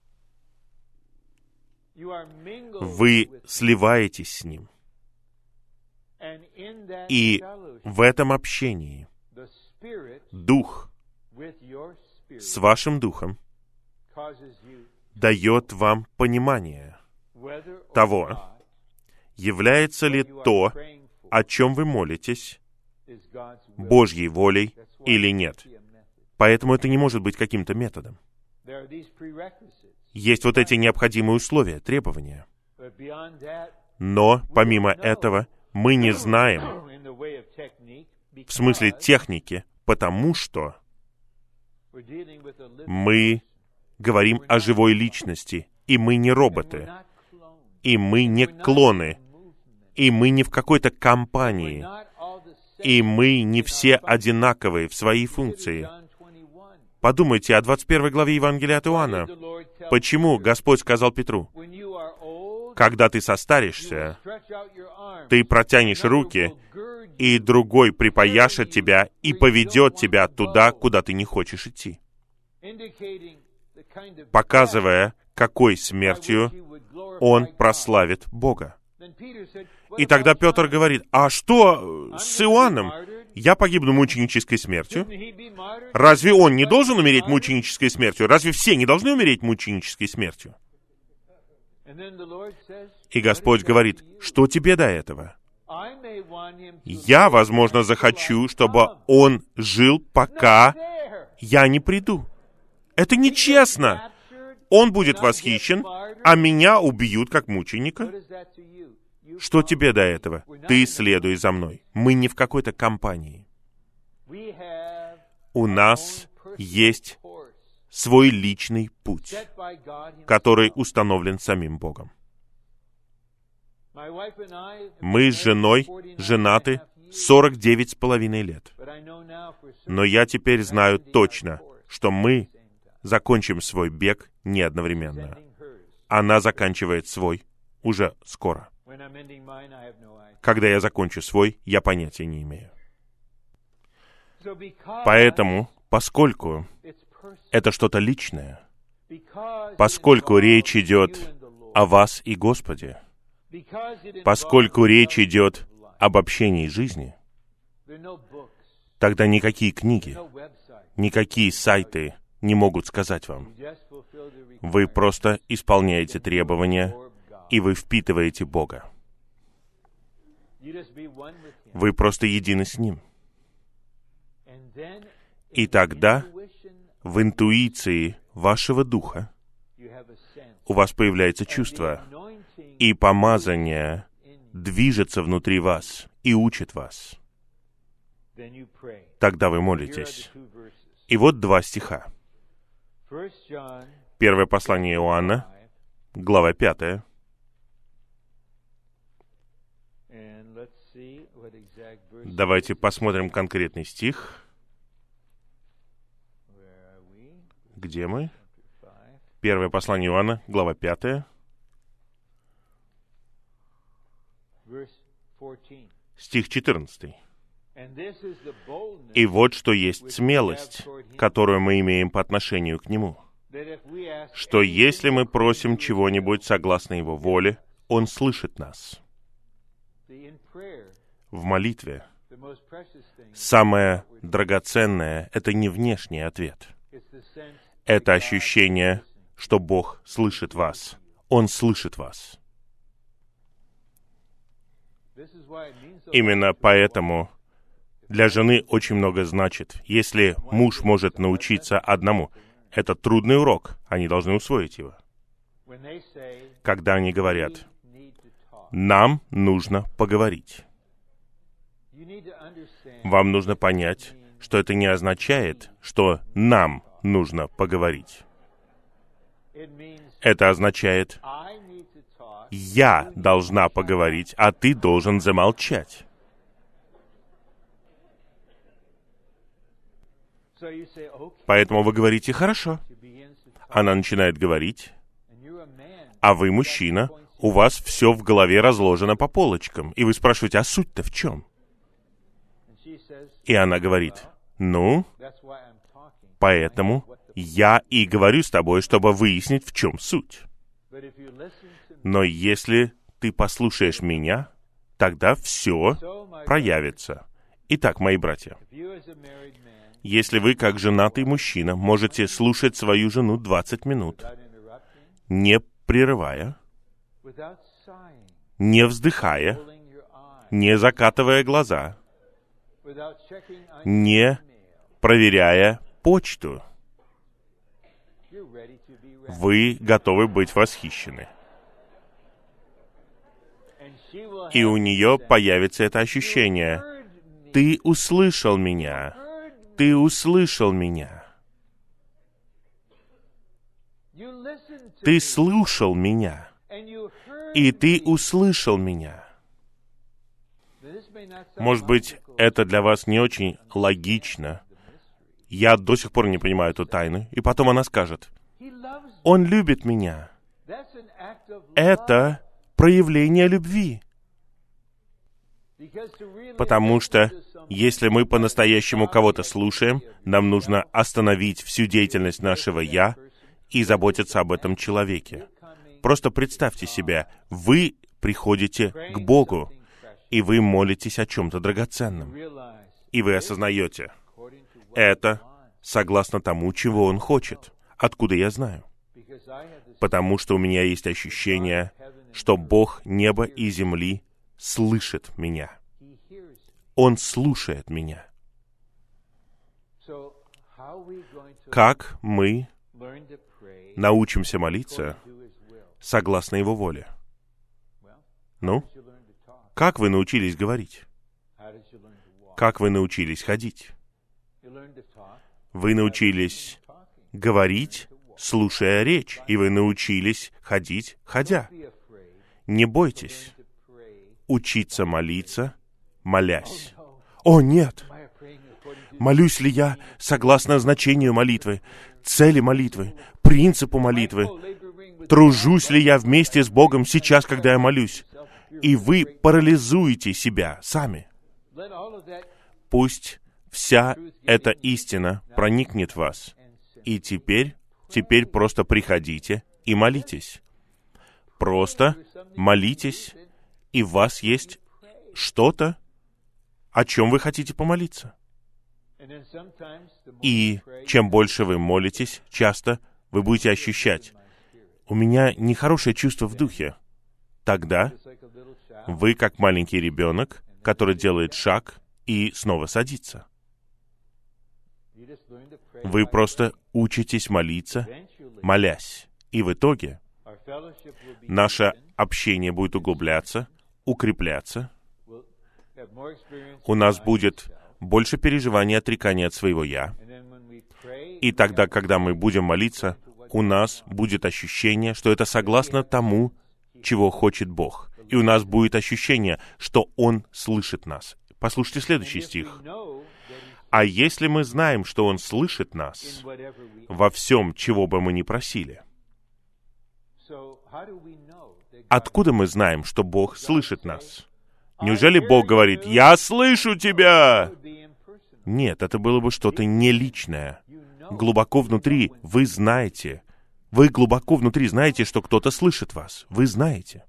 Вы сливаетесь с Ним. И в этом общении Дух с вашим Духом дает вам понимание того, является ли то, о чем вы молитесь, Божьей волей или нет. Поэтому это не может быть каким-то методом. Есть вот эти необходимые условия, требования. Но, помимо этого, мы не знаем, в смысле техники, потому что мы говорим о живой личности, и мы не роботы, и мы не клоны, и мы не в какой-то компании, и мы не все одинаковые в своей функции. Подумайте о двадцать первой главе Евангелия от Иоанна. Почему Господь сказал Петру: «Когда ты состаришься, ты протянешь руки, и другой припояшет тебя и поведет тебя туда, куда ты не хочешь идти», показывая, какой смертью он прославит Бога. И тогда Петр говорит: «А что с Иоанном? Я погибну мученической смертью. Разве он не должен умереть мученической смертью? Разве все не должны умереть мученической смертью?» И Господь говорит: «Что тебе до этого? Я, возможно, захочу, чтобы он жил, пока я не приду. Это нечестно. Он будет восхищен, а меня убьют как мученика. Что тебе до этого? Ты следуй за мной. Мы не в какой-то компании. У нас есть свой личный путь, который установлен самим Богом. Мы с женой женаты сорок девять с половиной лет. Но я теперь знаю точно, что мы закончим свой бег не одновременно. Она заканчивает свой уже скоро. Когда я закончу свой, я понятия не имею. Поэтому, поскольку это что-то личное, поскольку речь идет о вас и Господе, поскольку речь идет об общении жизни, тогда никакие книги, никакие сайты не могут сказать вам. Вы просто исполняете требования, и вы впитываете Бога. Вы просто едины с Ним. И тогда в интуиции вашего духа у вас появляется чувство, и помазание движется внутри вас и учит вас. Тогда вы молитесь. И вот два стиха. Первое послание Иоанна, глава пятая. Давайте посмотрим конкретный стих. Где мы? Первое послание Иоанна, глава пятая. Стих четырнадцатый. «И вот что есть смелость, которую мы имеем по отношению к Нему, что если мы просим чего-нибудь согласно Его воле, Он слышит нас». В молитве самое драгоценное — это не внешний ответ. Это ощущение, что Бог слышит вас. Он слышит вас. Именно поэтому для жены очень много значит. Если муж может научиться одному, это трудный урок, они должны усвоить его. Когда они говорят: «Нам нужно поговорить», вам нужно понять, что это не означает, что нам нужно поговорить. Это означает: я должна поговорить, а ты должен замолчать. Поэтому вы говорите: «Хорошо». Она начинает говорить, а вы мужчина, у вас все в голове разложено по полочкам, и вы спрашиваете: «А суть-то в чем?» И она говорит: «Ну, поэтому я и говорю с тобой, чтобы выяснить, в чем суть. Но если ты послушаешь меня, тогда все проявится». Итак, мои братья, Если вы, как женатый мужчина, можете слушать свою жену двадцать минут, не прерывая, не вздыхая, не закатывая глаза, не проверяя почту, вы готовы быть восхищены. И у нее появится это ощущение: «Ты услышал меня, ты услышал меня, ты слушал меня, и ты услышал меня». Может быть, это для вас не очень логично. Я до сих пор не понимаю эту тайну. И потом она скажет: «Он любит меня». Это проявление любви. Потому что, если мы по-настоящему кого-то слушаем, нам нужно остановить всю деятельность нашего «я» и заботиться об этом человеке. Просто представьте себе, вы приходите к Богу, и вы молитесь о чем-то драгоценном. И вы осознаете, это согласно тому, чего Он хочет. Откуда я знаю? Потому что у меня есть ощущение, что Бог неба и земли слышит меня. Он слушает меня. Как мы научимся молиться согласно Его воле? Ну, как вы научились говорить? Как вы научились ходить? Вы научились говорить, слушая речь, и вы научились ходить, ходя. Не бойтесь учиться молиться, молясь. О, нет! Молюсь ли я согласно значению молитвы, цели молитвы, принципу молитвы? Тружусь ли я вместе с Богом сейчас, когда я молюсь? И вы парализуете себя сами. Пусть вся эта истина проникнет в вас. И теперь, теперь просто приходите и молитесь. Просто молитесь, и в вас есть что-то, о чем вы хотите помолиться. И чем больше вы молитесь, часто вы будете ощущать: у меня нехорошее чувство в духе. Тогда вы как маленький ребенок, который делает шаг и снова садится. Вы просто учитесь молиться, молясь. И в итоге наше общение будет углубляться, укрепляться. У нас будет больше переживаний отрекания от своего «я». И тогда, когда мы будем молиться, у нас будет ощущение, что это согласно тому, чего хочет Бог. И у нас будет ощущение, что Он слышит нас. Послушайте следующий стих. «А если мы знаем, что Он слышит нас во всем, чего бы мы ни просили». Откуда мы знаем, что Бог слышит нас? Неужели Бог говорит: «Я слышу тебя»? Нет, это было бы что-то неличное. Глубоко внутри вы знаете, вы глубоко внутри знаете, что кто-то слышит вас. Вы знаете.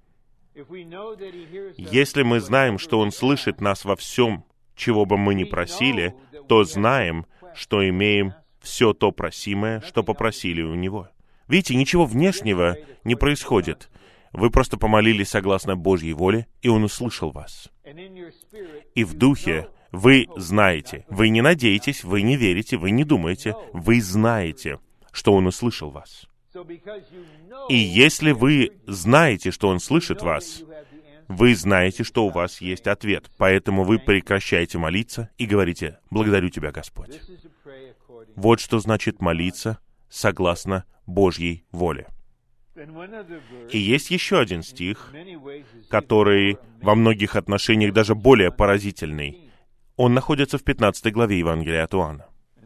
Если мы знаем, что Он слышит нас во всем, чего бы мы ни просили, то знаем, что имеем все то просимое, что попросили у Него. Видите, ничего внешнего не происходит. Вы просто помолились согласно Божьей воле, и Он услышал вас. И в духе вы знаете, вы не надеетесь, вы не верите, вы не думаете, вы знаете, что Он услышал вас. И если вы знаете, что Он слышит вас, вы знаете, что у вас есть ответ. Поэтому вы прекращаете молиться и говорите: «Благодарю Тебя, Господь». Вот что значит молиться согласно Божьей воле. И есть еще один стих, который во многих отношениях даже более поразительный. Он находится в пятнадцатой главе Евангелия от Иоанна.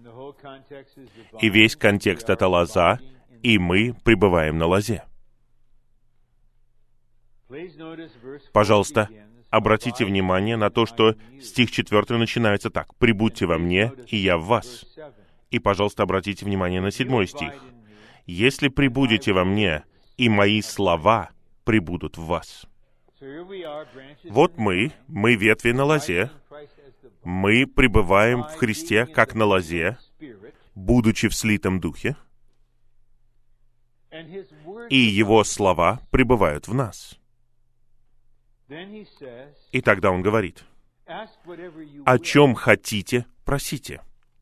И весь контекст — это лоза, и мы пребываем на лозе. Пожалуйста, обратите внимание на то, что стих четвертый начинается так: «Прибудьте во мне, и я в вас». И, пожалуйста, обратите внимание на седьмой стих: «Если прибудете во мне, и мои слова прибудут в вас». Вот мы, мы ветви на лозе, Мы пребываем в Христе, как на лозе, будучи в слитом духе, и Его слова пребывают в нас. И тогда Он говорит: «О чем хотите, просите».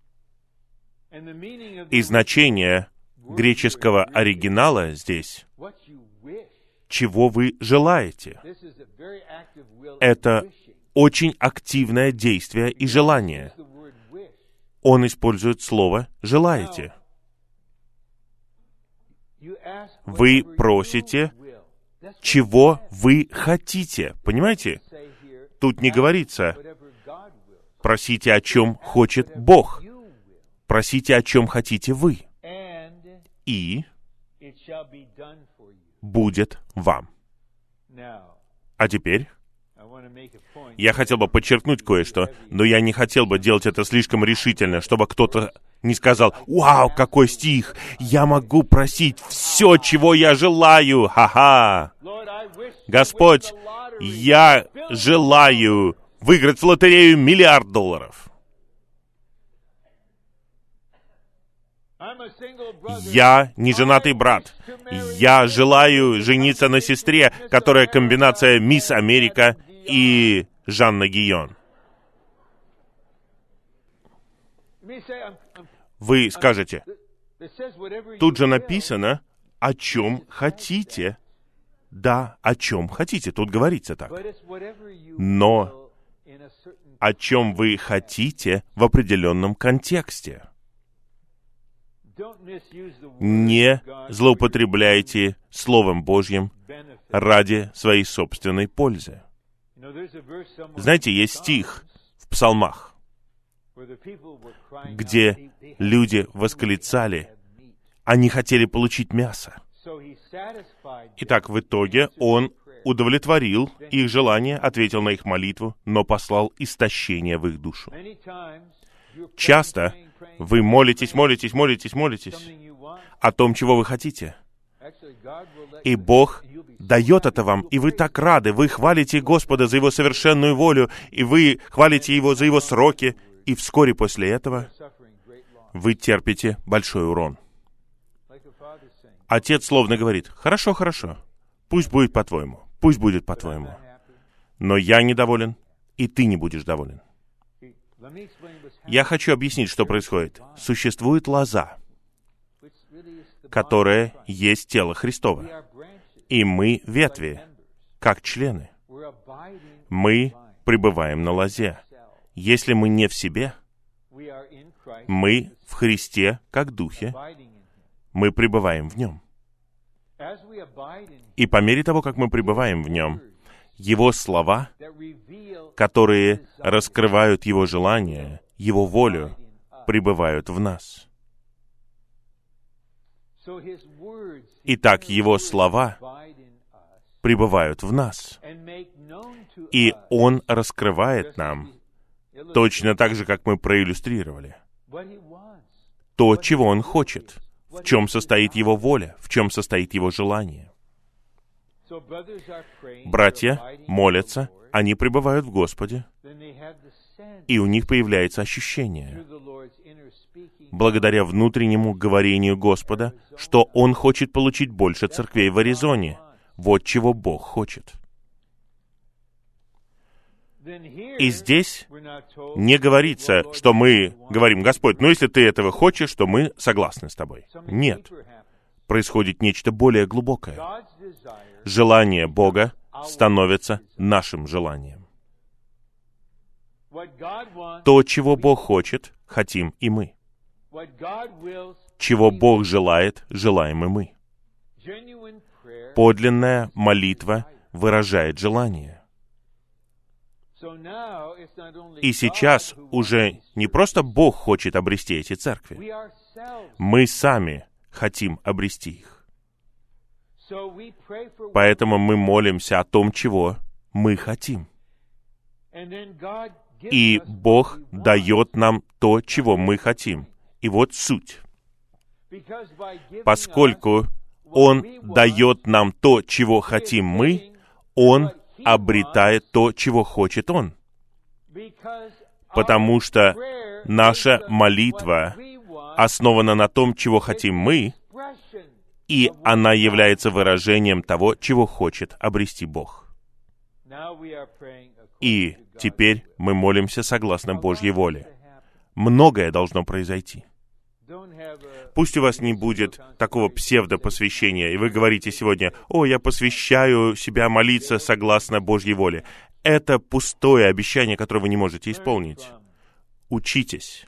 И значение греческого оригинала здесь — «чего вы желаете». Это очень активное действие и желание. Он использует слово «желаете». Вы просите, чего вы хотите. Понимаете? Тут не говорится «просите, о чем хочет Бог». Просите, о чем хотите вы. И будет вам. А теперь я хотел бы подчеркнуть кое-что, но я не хотел бы делать это слишком решительно, чтобы кто-то не сказал: «Вау, какой стих! Я могу просить все, чего я желаю! Ха-ха! Господь, я желаю выиграть в лотерею миллиард долларов. Я неженатый брат. Я желаю жениться на сестре, которая комбинация Мисс Америка и Жанна Гийон». Вы скажете: тут же написано «о чем хотите». Да, о чем хотите, тут говорится так. Но о чем вы хотите в определенном контексте. Не злоупотребляйте Словом Божьим ради своей собственной пользы. Знаете, есть стих в Псалмах, где люди восклицали, они хотели получить мясо. Итак, в итоге Он удовлетворил их желание, ответил на их молитву, но послал истощение в их душу. Часто вы молитесь, молитесь, молитесь, молитесь о том, чего вы хотите. И Бог дает это вам, и вы так рады. Вы хвалите Господа за Его совершенную волю, и вы хвалите Его за Его сроки, и вскоре после этого вы терпите большой урон. Отец словно говорит: «Хорошо, хорошо, пусть будет по-твоему, пусть будет по-твоему. Но я недоволен, и ты не будешь доволен». Я хочу объяснить, что происходит. Существует лоза, которая есть тело Христово. И мы ветви, как члены. Мы пребываем на лозе. Если мы не в себе, мы в Христе, как духе, мы пребываем в Нем. И по мере того, как мы пребываем в Нем, Его слова, которые раскрывают Его желания, Его волю, пребывают в нас. Итак, Его слова пребывают в нас. И Он раскрывает нам, точно так же, как мы проиллюстрировали, то, чего Он хочет, в чем состоит Его воля, в чем состоит Его желание. Братья молятся, они пребывают в Господе, и у них появляется ощущение, благодаря внутреннему говорению Господа, что Он хочет получить больше церквей в Аризоне. Вот чего Бог хочет. И здесь не говорится, что мы говорим: «Господь, ну если ты этого хочешь, то мы согласны с тобой». Нет. Происходит нечто более глубокое. Желание Бога становится нашим желанием. То, чего Бог хочет, хотим и мы. Чего Бог желает, желаем и мы. Подлинная молитва выражает желание. И сейчас уже не просто Бог хочет обрести эти церкви. Мы сами хотим обрести их. Поэтому мы молимся о том, чего мы хотим. И Бог дает нам то, чего мы хотим. И вот суть. Поскольку Он дает нам то, чего хотим мы, Он обретает то, чего хочет Он. потому что наша молитва основана на том, чего хотим мы, и она является выражением того, чего хочет обрести Бог. И теперь мы молимся согласно Божьей воле. Многое должно произойти. Пусть у вас не будет такого псевдопосвящения, и вы говорите сегодня: «О, я посвящаю себя молиться согласно Божьей воле». Это пустое обещание, которое вы не можете исполнить. Учитесь.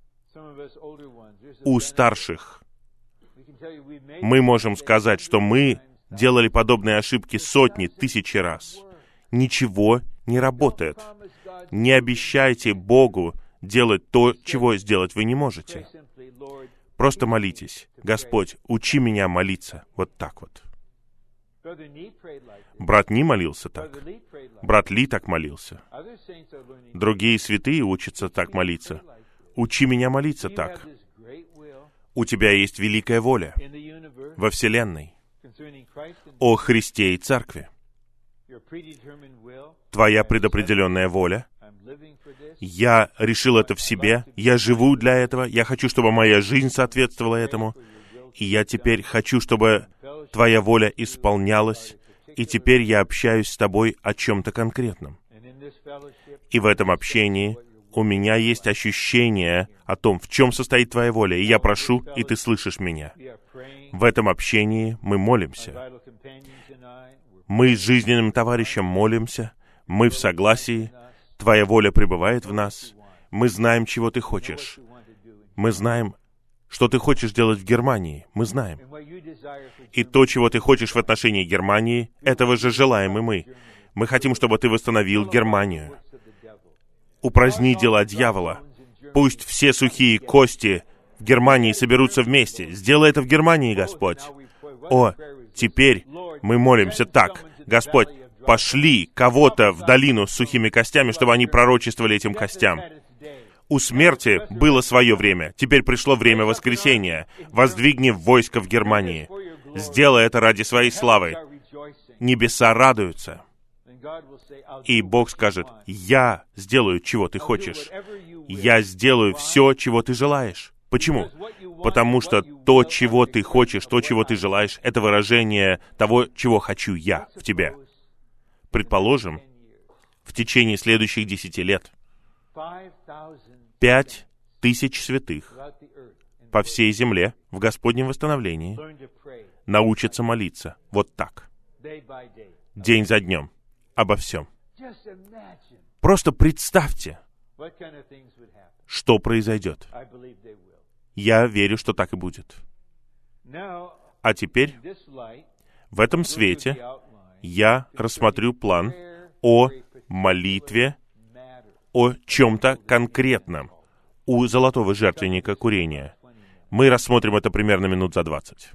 У старших мы можем сказать, что мы делали подобные ошибки сотни, тысячи раз. Ничего не работает. Не обещайте Богу делать то, чего сделать вы не можете. Просто молитесь: «Господь, учи меня молиться». Вот так вот. Брат Ни молился так. Брат Ли так молился. Другие святые учатся так молиться. Учи меня молиться так. У тебя есть великая воля во Вселенной о Христе и Церкви. Твоя предопределенная воля. Я решил это в себе. Я живу для этого. Я хочу, чтобы моя жизнь соответствовала этому. И я теперь хочу, чтобы Твоя воля исполнялась. И теперь я общаюсь с Тобой о чем-то конкретном. И в этом общении у меня есть ощущение о том, в чем состоит Твоя воля. И я прошу, и Ты слышишь меня. В этом общении мы молимся. Мы с жизненным товарищем молимся. Мы в согласии. Твоя воля пребывает в нас. Мы знаем, чего Ты хочешь. Мы знаем, что Ты хочешь делать в Германии. Мы знаем. И то, чего Ты хочешь в отношении Германии, этого же желаем и мы. Мы хотим, чтобы Ты восстановил Германию. Упраздни дела дьявола. Пусть все сухие кости в Германии соберутся вместе. Сделай это в Германии, Господь. О, теперь мы молимся так: Господь, пошли кого-то в долину с сухими костями, чтобы они пророчествовали этим костям. У смерти было свое время. Теперь пришло время воскресения. Воздвигни войско в Германии. Сделай это ради своей славы. Небеса радуются. И Бог скажет: «Я сделаю, чего ты хочешь. Я сделаю все, чего ты желаешь». Почему? Потому что то, чего ты хочешь, то, чего ты желаешь, это выражение того, чего хочу я в тебе. Предположим, в течение следующих десяти лет пять тысяч святых по всей земле в Господнем восстановлении научатся молиться вот так, день за днем, обо всем. Просто представьте, что произойдет. Я верю, что так и будет. А теперь, в этом свете, я рассмотрю план о молитве, о чем-то конкретном у золотого жертвенника курения. Мы рассмотрим это примерно минут за двадцать.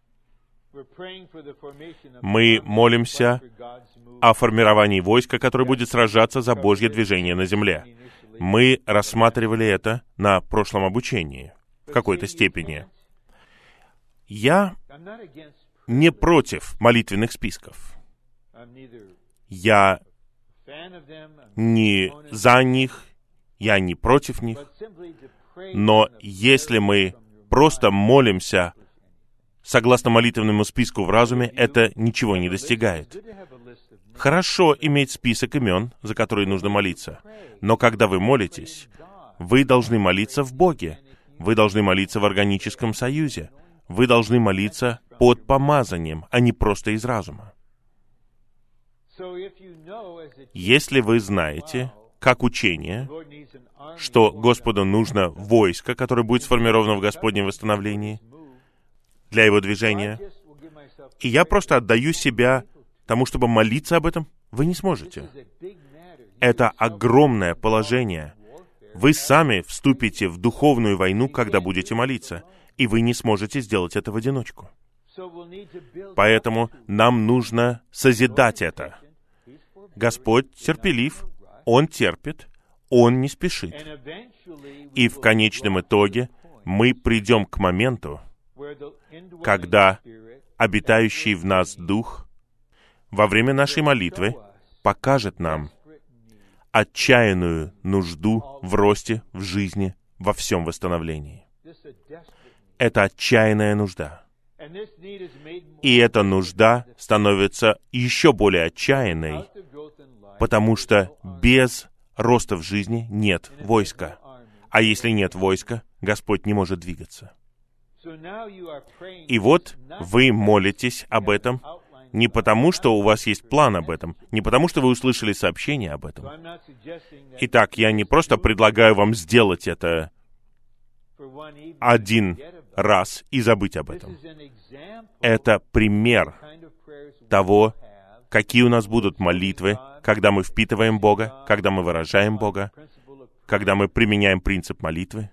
Мы молимся о формировании войска, которое будет сражаться за Божье движение на земле. Мы рассматривали это на прошлом обучении в какой-то степени. Я не против молитвенных списков. Я не за них, я не против них. Но если мы просто молимся согласно молитвенному списку в разуме, это ничего не достигает. Хорошо иметь список имен, за которые нужно молиться. Но когда вы молитесь, вы должны молиться в Боге. Вы должны молиться в органическом союзе. Вы должны молиться под помазанием, а не просто из разума. Если вы знаете, как учение, что Господу нужно войско, которое будет сформировано в Господнем восстановлении для Его движения, и я просто отдаю себя тому, чтобы молиться об этом, вы не сможете. Это огромное положение. Вы сами вступите в духовную войну, когда будете молиться, и вы не сможете сделать это в одиночку. Поэтому нам нужно созидать это. Господь терпелив, Он терпит, Он не спешит. И в конечном итоге мы придем к моменту, когда обитающий в нас Дух во время нашей молитвы покажет нам отчаянную нужду в росте, в жизни, во всем восстановлении. Это отчаянная нужда. И эта нужда становится еще более отчаянной, потому что без роста в жизни нет войска. А если нет войска, Господь не может двигаться. И вот вы молитесь об этом не потому, что у вас есть план об этом, не потому, что вы услышали сообщение об этом. Итак, я не просто предлагаю вам сделать это один раз и забыть об этом. Это пример того, какие у нас будут молитвы, когда мы впитываем Бога, когда мы выражаем Бога, когда мы применяем принцип молитвы,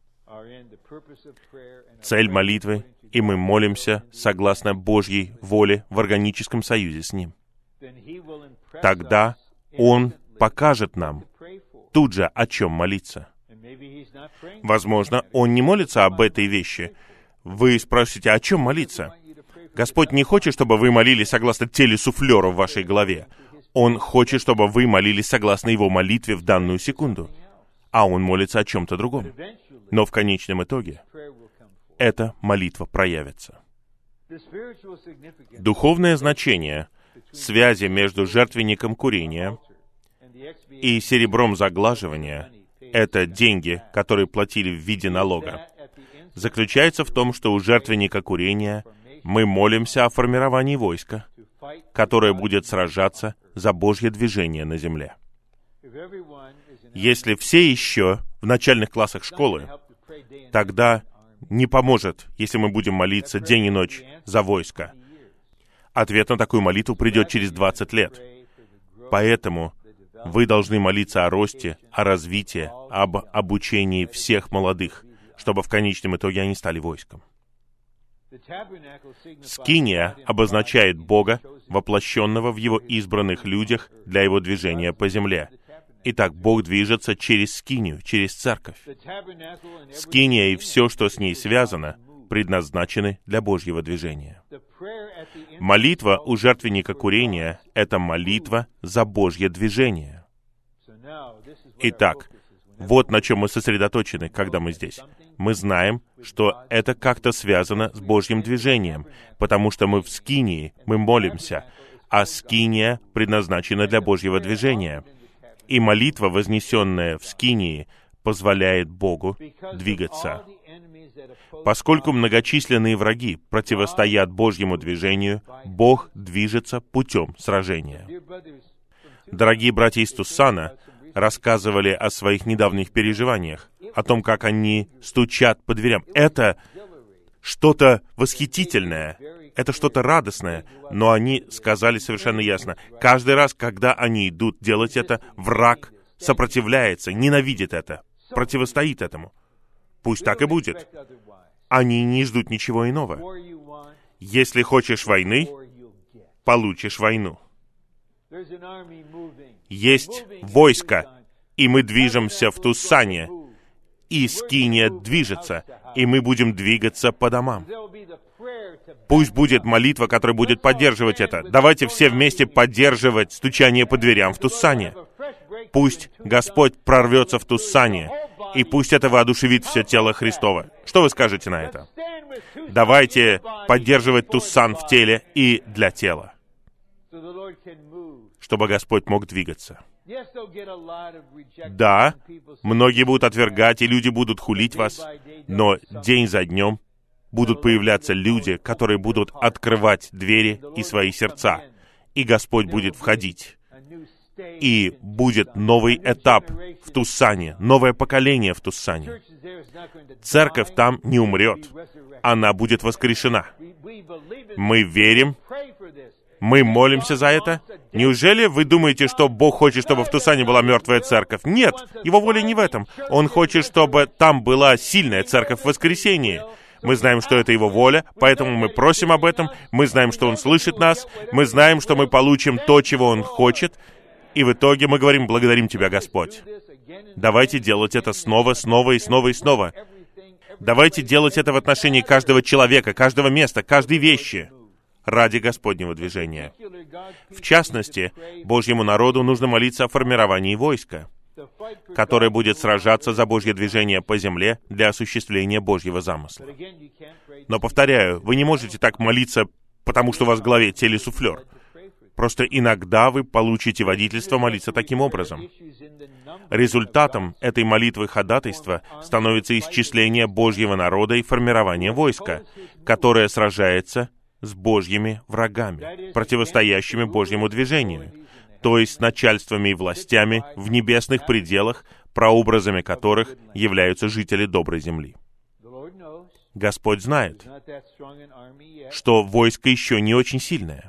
цель молитвы, и мы молимся согласно Божьей воле в органическом союзе с Ним. Тогда Он покажет нам тут же, о чем молиться. Возможно, Он не молится об этой вещи. Вы спросите, о чем молиться? Господь не хочет, чтобы вы молились согласно телесуфлеру в вашей голове. Он хочет, чтобы вы молились согласно Его молитве в данную секунду. А Он молится о чем-то другом. Но в конечном итоге эта молитва проявится. Духовное значение связи между жертвенником курения и серебром заглаживания — это деньги, которые платили в виде налога, заключается в том, что у жертвенника курения мы молимся о формировании войска, которое будет сражаться за Божье движение на земле. Если все еще в начальных классах школы, тогда не поможет, если мы будем молиться день и ночь за войско. Ответ на такую молитву придет через двадцать лет. Поэтому вы должны молиться о росте, о развитии, об обучении всех молодых, чтобы в конечном итоге они стали войском. Скиния обозначает Бога, воплощенного в Его избранных людях для Его движения по земле. Итак, Бог движется через скинию, через церковь. Скиния и все, что с ней связано, предназначены для Божьего движения. Молитва у жертвенника курения — это молитва за Божье движение. Итак, вот на чем мы сосредоточены, когда мы здесь. Мы знаем, что это как-то связано с Божьим движением, потому что мы в скинии, мы молимся, а скиния предназначена для Божьего движения. И молитва, вознесенная в скинии, позволяет Богу двигаться. Поскольку многочисленные враги противостоят Божьему движению, Бог движется путем сражения. Дорогие братья из Туссана рассказывали о своих недавних переживаниях, о том, как они стучат по дверям. Это что-то восхитительное, это что-то радостное, но они сказали совершенно ясно, каждый раз, когда они идут делать это, враг сопротивляется, ненавидит это, противостоит этому. Пусть так и будет. Они не ждут ничего иного. Если хочешь войны, получишь войну. Есть войско, и мы движемся в Туссане, и скиния движется, и мы будем двигаться по домам. Пусть будет молитва, которая будет поддерживать это. Давайте все вместе поддерживать стучание по дверям в Туссане. Пусть Господь прорвется в Туссане, и пусть это воодушевит все тело Христово. Что вы скажете на это? Давайте поддерживать Туссан в теле и для тела, чтобы Господь мог двигаться. Да, многие будут отвергать, и люди будут хулить вас, но день за днем будут появляться люди, которые будут открывать двери и свои сердца, и Господь будет входить. И будет новый этап в Туссане, новое поколение в Туссане. Церковь там не умрет, она будет воскрешена. Мы верим, мы молимся за это. Неужели вы думаете, что Бог хочет, чтобы в Туссане была мертвая церковь? Нет, Его воля не в этом. Он хочет, чтобы там была сильная церковь в воскресении. Мы знаем, что это Его воля, поэтому мы просим об этом, мы знаем, что Он слышит нас, мы знаем, что мы получим то, чего Он хочет, и в итоге мы говорим: благодарим Тебя, Господь. Давайте делать это снова, снова и снова и снова. Давайте делать это в отношении каждого человека, каждого места, каждой вещи. ради Господнего движения. В частности, Божьему народу нужно молиться о формировании войска, которое будет сражаться за Божье движение по земле для осуществления Божьего замысла. Но, повторяю, вы не можете так молиться, потому что у вас в голове телесуфлер. Просто иногда вы получите водительство молиться таким образом. Результатом этой молитвы ходатайства становится исчисление Божьего народа и формирование войска, которое сражается с Божьими врагами, противостоящими Божьему движению, то есть с начальствами и властями в небесных пределах, прообразами которых являются жители доброй земли. Господь знает, что войско еще не очень сильное,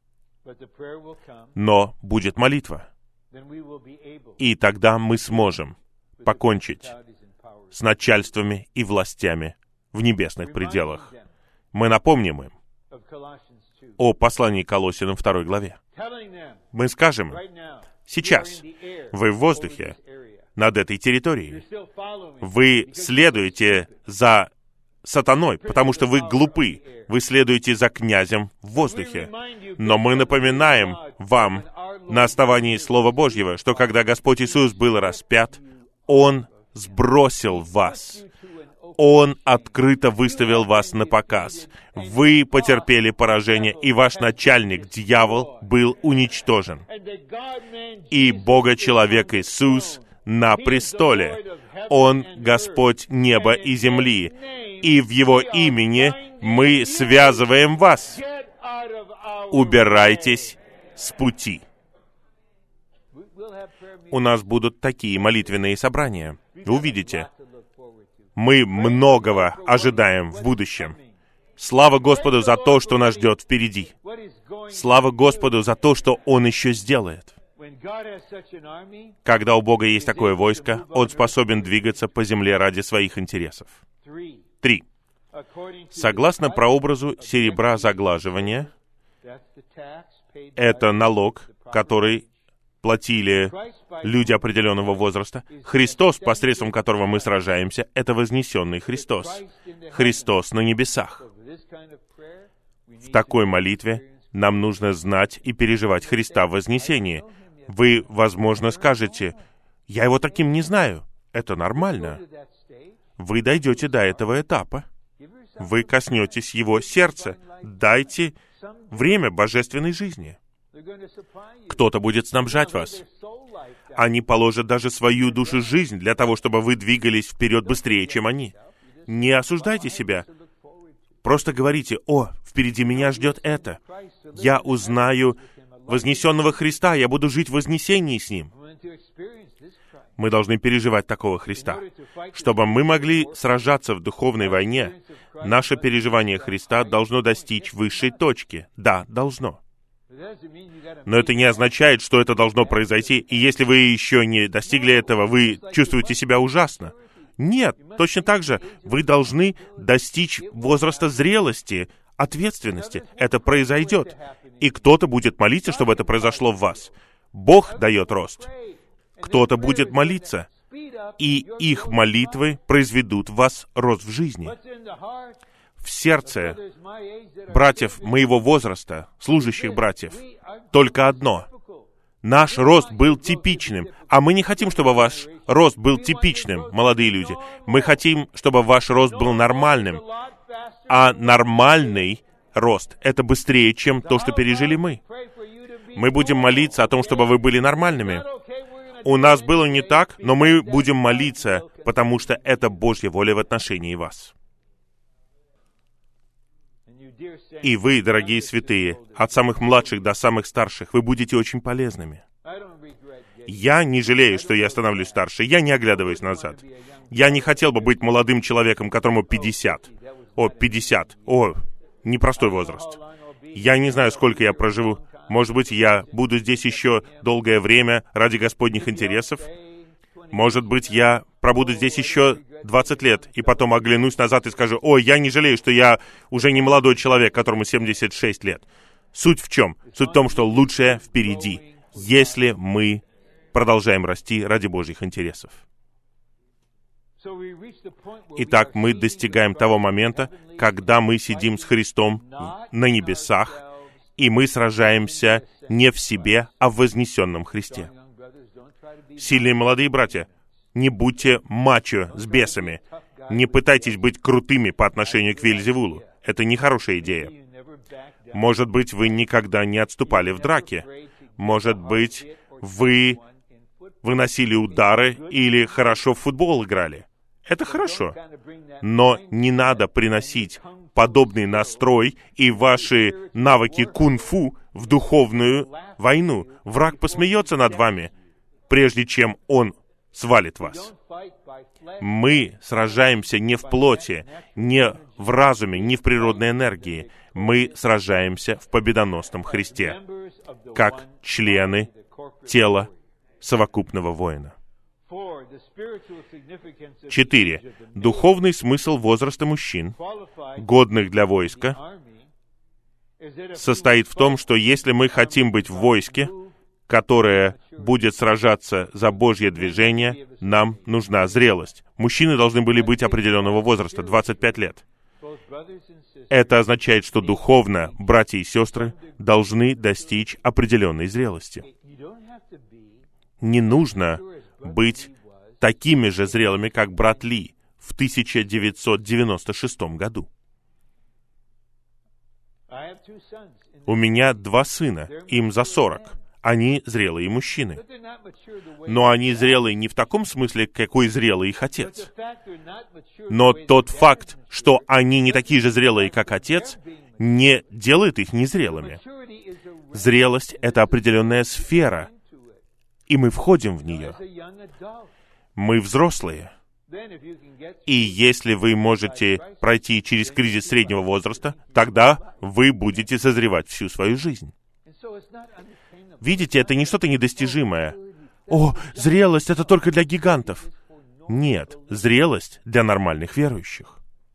но будет молитва, и тогда мы сможем покончить с начальствами и властями в небесных пределах. Мы напомним им о послании к Колоссянам второй главе. Мы скажем им: сейчас вы в воздухе над этой территорией. Вы следуете за сатаной, потому что вы глупы. Вы следуете за князем в воздухе. Но мы напоминаем вам на основании Слова Божьего, что когда Господь Иисус был распят, Он сбросил вас. Он открыто выставил вас на показ. Вы потерпели поражение, и ваш начальник, дьявол, был уничтожен. И Бога-человек Иисус на престоле. Он Господь неба и земли. И в Его имени мы связываем вас. Убирайтесь с пути. У нас будут такие молитвенные собрания. Вы увидите. Мы многого ожидаем в будущем. Слава Господу за то, что нас ждет впереди. Слава Господу за то, что Он еще сделает. Когда у Бога есть такое войско, Он способен двигаться по земле ради своих интересов. Три. Согласно прообразу серебра заглаживания, это налог, который платили люди определенного возраста. Христос, посредством которого мы сражаемся, это вознесенный Христос. Христос на небесах. В такой молитве нам нужно знать и переживать Христа в вознесении. Вы, возможно, скажете: «Я его таким не знаю». Это нормально. Вы дойдете до этого этапа. Вы коснетесь его сердца. Дайте время божественной жизни. Кто-то будет снабжать вас. Они положат даже свою душу жизнь для того, чтобы вы двигались вперед быстрее, чем они. Не осуждайте себя. Просто говорите: «О, впереди меня ждет это. Я узнаю вознесенного Христа, я буду жить в вознесении с Ним». Мы должны переживать такого Христа. Чтобы мы могли сражаться в духовной войне, наше переживание Христа должно достичь высшей точки. Да, должно. Но это не означает, что это должно произойти, и если вы еще не достигли этого, вы чувствуете себя ужасно. Нет, точно так же вы должны достичь возраста зрелости, ответственности. Это произойдет. И кто-то будет молиться, чтобы это произошло в вас. Бог дает рост. Кто-то будет молиться, и их молитвы произведут в вас рост в жизни. В сердце братьев моего возраста, служащих братьев, только одно. Наш рост был типичным, а мы не хотим, чтобы ваш рост был типичным, молодые люди. Мы хотим, чтобы ваш рост был нормальным. А нормальный рост — это быстрее, чем то, что пережили мы. Мы будем молиться о том, чтобы вы были нормальными. У нас было не так, но мы будем молиться, потому что это Божья воля в отношении вас. И вы, дорогие святые, от самых младших до самых старших, вы будете очень полезными. Я не жалею, что я становлюсь старше. Я не оглядываюсь назад. Я не хотел бы быть молодым человеком, которому пятьдесят. О, пятьдесят. О, непростой возраст. Я не знаю, сколько я проживу. Может быть, я буду здесь еще долгое время ради Господних интересов. Может быть, я пробуду здесь еще двадцать лет, и потом оглянусь назад и скажу: «Ой, я не жалею, что я уже не молодой человек, которому семьдесят шесть лет». Суть в чем? Суть в том, что лучшее впереди, если мы продолжаем расти ради Божьих интересов. Итак, мы достигаем того момента, когда мы сидим с Христом на небесах, и мы сражаемся не в себе, а в вознесенном Христе. Сильные молодые братья, не будьте мачо с бесами. Не пытайтесь быть крутыми по отношению к Вельзевулу. Это нехорошая идея. Может быть, вы никогда не отступали в драке. Может быть, вы выносили удары или хорошо в футбол играли. Это хорошо. Но не надо приносить подобный настрой и ваши навыки кунг-фу в духовную войну. Враг посмеется над вами, прежде чем он свалит вас. Мы сражаемся не в плоти, не в разуме, не в природной энергии. Мы сражаемся в победоносном Христе, как члены тела совокупного воина. Четыре. Духовный смысл возраста мужчин, годных для войска, состоит в том, что если мы хотим быть в войске, которое будет сражаться за Божье движение, нам нужна зрелость. Мужчины должны были быть определенного возраста, двадцать пять лет. Это означает, что духовно братья и сестры должны достичь определенной зрелости. Не нужно быть такими же зрелыми, как брат Ли в тысяча девятьсот девяносто шестом году. У меня два сына, им за сорок. Они зрелые мужчины. Но они зрелые не в таком смысле, какой зрелый их отец. Но тот факт, что они не такие же зрелые, как отец, не делает их незрелыми. Зрелость — это определенная сфера, и мы входим в нее. Мы взрослые. И если вы можете пройти через кризис среднего возраста, тогда вы будете созревать всю свою жизнь. Видите, это не что-то недостижимое. О, зрелость — это только для гигантов. Нет, зрелость для нормальных верующих.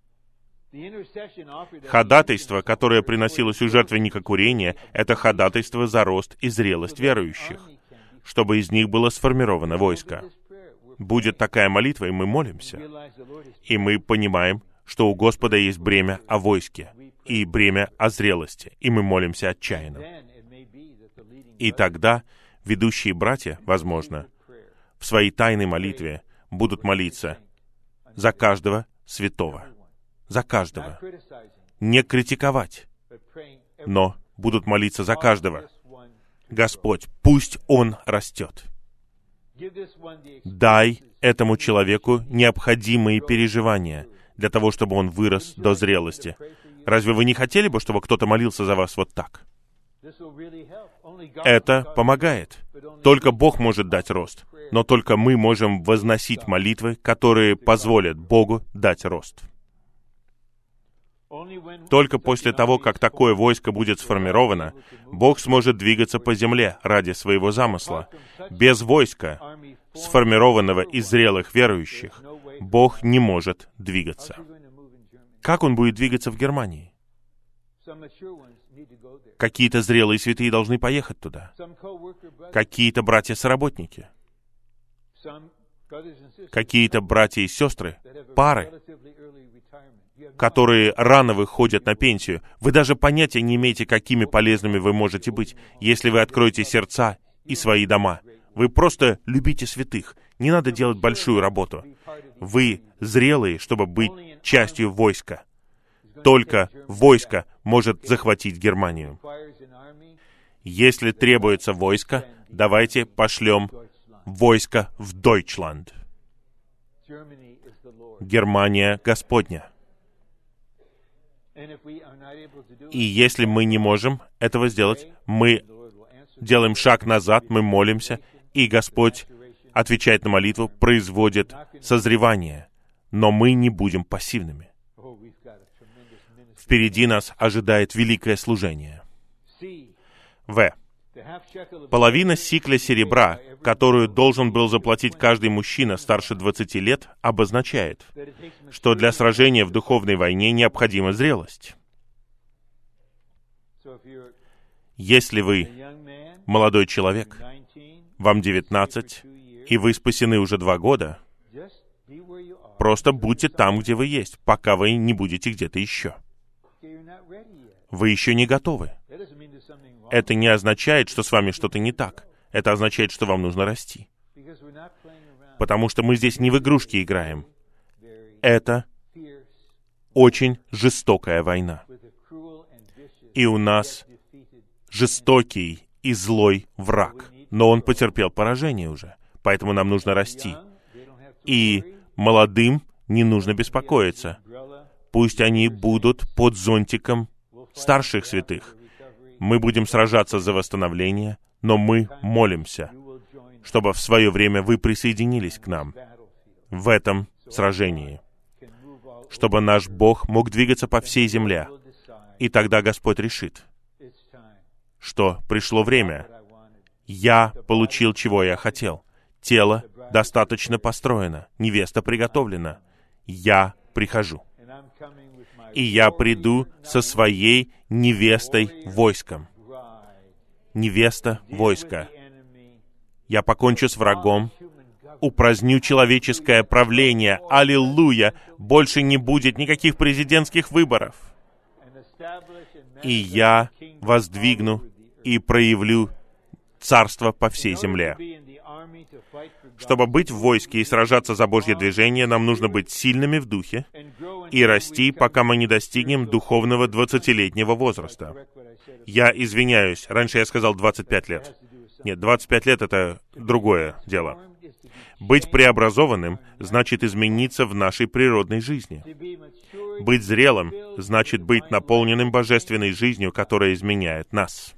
Ходатайство, которое приносилось у жертвенника курения, это ходатайство за рост и зрелость верующих, чтобы из них было сформировано войско. Будет такая молитва, и мы молимся. И мы понимаем, что у Господа есть бремя о войске и бремя о зрелости, и мы молимся отчаянно. И тогда ведущие братья, возможно, в своей тайной молитве будут молиться за каждого святого, за каждого. Не критиковать, но будут молиться за каждого. Господь, пусть он растет. Дай этому человеку необходимые переживания для того, чтобы он вырос до зрелости. Разве вы не хотели бы, чтобы кто-то молился за вас вот так? Это помогает. Только Бог может дать рост. Но только мы можем возносить молитвы, которые позволят Богу дать рост. Только после того, как такое войско будет сформировано, Бог сможет двигаться по земле ради своего замысла. Без войска, сформированного из зрелых верующих, Бог не может двигаться. Как Он будет двигаться в Германии? Какие-то зрелые святые должны поехать туда. Какие-то братья-соработники. Какие-то братья и сестры, пары, которые рано выходят на пенсию. Вы даже понятия не имеете, какими полезными вы можете быть, если вы откроете сердца и свои дома. Вы просто любите святых. Не надо делать большую работу. Вы зрелые, чтобы быть частью войска. Только войско может захватить Германию. Если требуется войско, давайте пошлем войско в Дойчланд. Германия Господня. И если мы не можем этого сделать, мы делаем шаг назад, мы молимся, и Господь отвечает на молитву, производит созревание. Но мы не будем пассивными. Впереди нас ожидает великое служение. В. Половина сикля серебра, которую должен был заплатить каждый мужчина старше двадцати лет, обозначает, что для сражения в духовной войне необходима зрелость. Если вы молодой человек, вам девятнадцать, и вы спасены уже два года, Просто будьте там, где вы есть, пока вы не будете где-то еще. Вы еще не готовы. Это не означает, что с вами что-то не так. Это означает, что вам нужно расти. Потому что мы здесь не в игрушки играем. Это очень жестокая война. И у нас жестокий и злой враг. Но он потерпел поражение уже. Поэтому нам нужно расти. И молодым не нужно беспокоиться. Пусть они будут под зонтиком старших святых. Мы будем сражаться за восстановление, но мы молимся, чтобы в свое время вы присоединились к нам в этом сражении, чтобы наш Бог мог двигаться по всей земле. И тогда Господь решит, что пришло время. Я получил, чего я хотел. Тело достаточно построено, невеста приготовлена. Я прихожу. И я приду со своей невестой войском. Невеста войска. Я покончу с врагом, упраздню человеческое правление. Аллилуйя! Больше не будет никаких президентских выборов. И я воздвигну и проявлю царство по всей земле. Чтобы быть в войске и сражаться за Божье движение, нам нужно быть сильными в духе и расти, пока мы не достигнем духовного двадцатилетнего возраста. Я извиняюсь, раньше я сказал двадцать пять лет. Нет, двадцать пять лет — это другое дело. Быть преобразованным значит измениться в нашей природной жизни. Быть зрелым значит быть наполненным божественной жизнью, которая изменяет нас.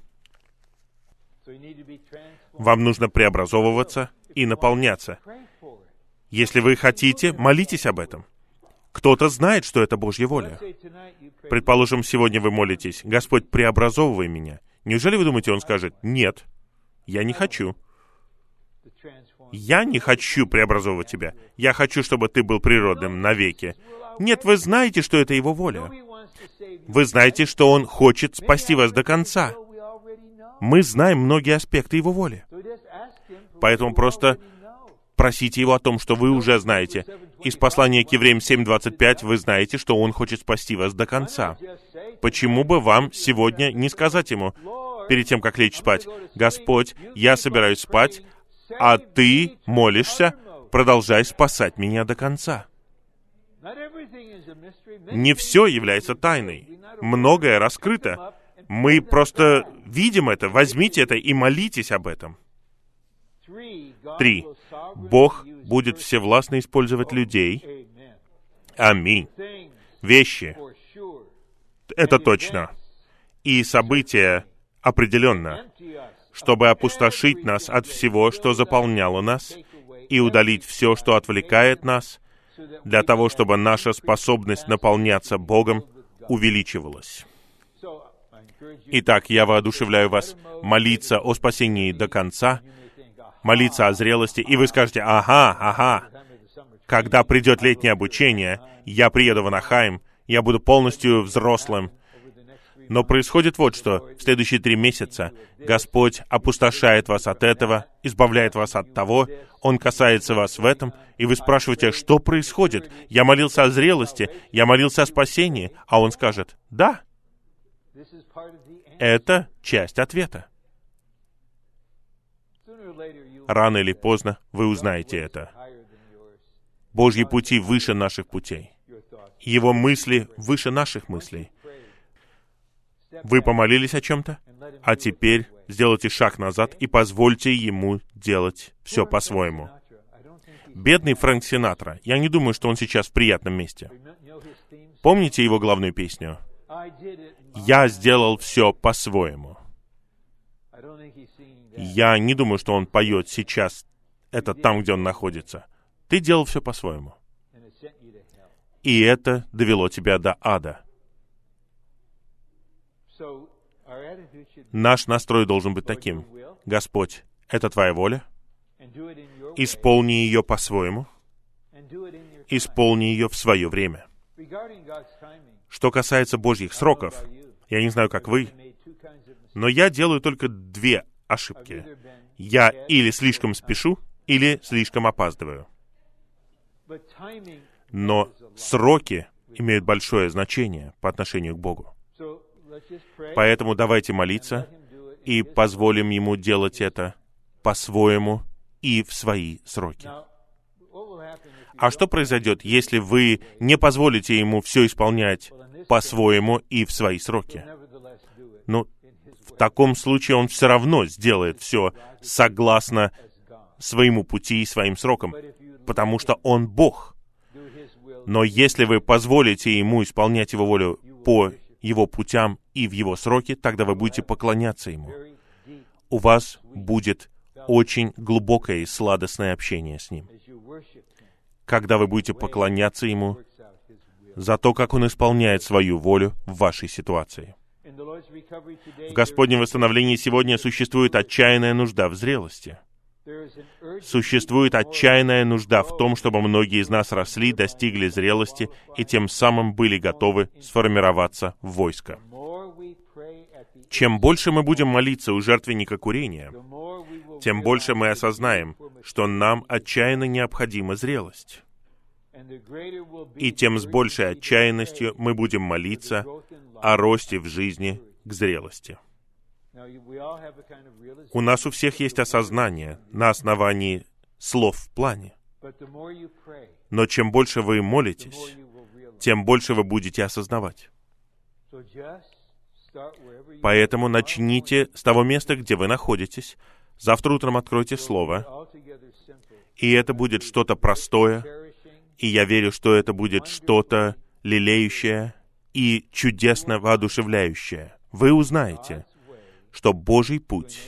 Вам нужно преобразовываться и наполняться. Если вы хотите, молитесь об этом. Кто-то знает, что это Божья воля. Предположим, сегодня вы молитесь: «Господь, преобразовывай меня». Неужели вы думаете, Он скажет: «Нет, я не хочу». Я не хочу преобразовывать тебя. Я хочу, чтобы ты был природным навеки. Нет, вы знаете, что это Его воля. Вы знаете, что Он хочет спасти вас до конца. Мы знаем многие аспекты Его воли. Поэтому просто просите Его о том, что вы уже знаете. Из послания к Евреям семь двадцать пять вы знаете, что Он хочет спасти вас до конца. Почему бы вам сегодня не сказать Ему, перед тем, как лечь спать: «Господь, я собираюсь спать, а Ты молишься, продолжай спасать меня до конца». Не все является тайной. Многое раскрыто. Мы просто видим это. Возьмите это и молитесь об этом. Три. Бог будет всевластно использовать людей. Аминь. Вещи. Это точно. И события определенно, чтобы опустошить нас от всего, что заполняло нас, и удалить все, что отвлекает нас, для того, чтобы наша способность наполняться Богом увеличивалась. Итак, я воодушевляю вас молиться о спасении до конца, молиться о зрелости, и вы скажете: «Ага, ага, когда придет летнее обучение, я приеду в Анахайм, я буду полностью взрослым». Но происходит вот что. В следующие три месяца Господь опустошает вас от этого, избавляет вас от того, Он касается вас в этом, и вы спрашиваете: что происходит? Я молился о зрелости, я молился о спасении, а Он скажет: да, это часть ответа. Рано или поздно вы узнаете это. Божьи пути выше наших путей. Его мысли выше наших мыслей. Вы помолились о чем-то, а теперь сделайте шаг назад и позвольте Ему делать все по-своему. Бедный Фрэнк Синатра. Я не думаю, что он сейчас в приятном месте. Помните его главную песню? «Я сделал все по-своему». Я не думаю, что он поет сейчас это там, где он находится. Ты делал все по-своему. И это довело тебя до ада. Наш настрой должен быть таким: Господь, это Твоя воля, исполни ее по-своему, исполни ее в свое время. Что касается Божьих сроков, я не знаю, как вы, но я делаю только две ошибки. Я или слишком спешу, или слишком опаздываю. Но сроки имеют большое значение по отношению к Богу. Поэтому давайте молиться и позволим Ему делать это по-своему и в свои сроки. А что произойдет, если вы не позволите Ему все исполнять по-своему и в свои сроки? Ну, в таком случае Он все равно сделает все согласно своему пути и своим срокам, потому что Он Бог. Но если вы позволите Ему исполнять Его волю по Его путям и в Его сроки, тогда вы будете поклоняться Ему. У вас будет очень глубокое и сладостное общение с Ним. Когда вы будете поклоняться Ему за то, как Он исполняет свою волю в вашей ситуации. В Господнем восстановлении сегодня существует отчаянная нужда в зрелости. Существует отчаянная нужда в том, чтобы многие из нас росли, достигли зрелости и тем самым были готовы сформироваться в войско. Чем больше мы будем молиться у жертвенника курения, тем больше мы осознаем, что нам отчаянно необходима зрелость. И тем с большей отчаянностью мы будем молиться о росте в жизни к зрелости. У нас у всех есть осознание на основании слов в плане. Но чем больше вы молитесь, тем больше вы будете осознавать. Поэтому начните с того места, где вы находитесь. Завтра утром откройте Слово, и это будет что-то простое, и я верю, что это будет что-то лелеющее и чудесно воодушевляющее. Вы узнаете, что Божий путь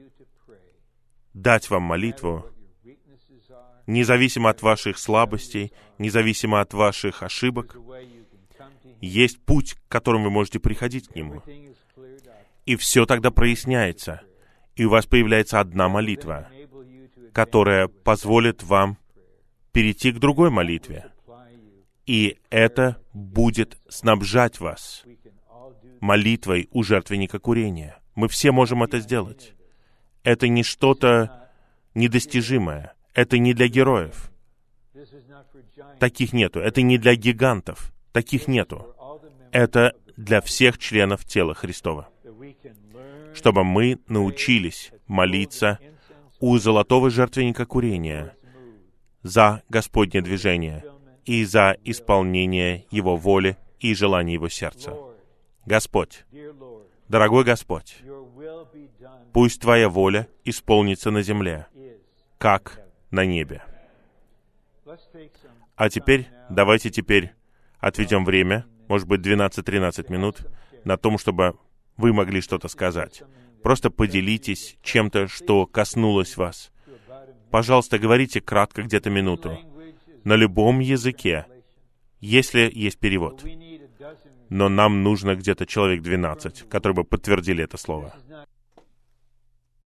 дать вам молитву, независимо от ваших слабостей, независимо от ваших ошибок, есть путь, к которому вы можете приходить к Нему. И все тогда проясняется, и у вас появляется одна молитва, которая позволит вам перейти к другой молитве. И это будет снабжать вас молитвой у жертвенника курения. Мы все можем это сделать. Это не что-то недостижимое. Это не для героев. Таких нету. Это не для гигантов. Таких нету. Это для всех членов тела Христова. Чтобы мы научились молиться у золотого жертвенника курения за Господне движение и за исполнение Его воли и желаний Его сердца. Господь, дорогой Господь, пусть Твоя воля исполнится на земле, как на небе. А теперь, давайте теперь отведем время, может быть, двенадцать-тринадцать минут, на том, чтобы вы могли что-то сказать. Просто поделитесь чем-то, что коснулось вас. Пожалуйста, говорите кратко, где-то минуту. На любом языке, если есть перевод. Но нам нужно где-то человек двенадцать, которые бы подтвердили это слово.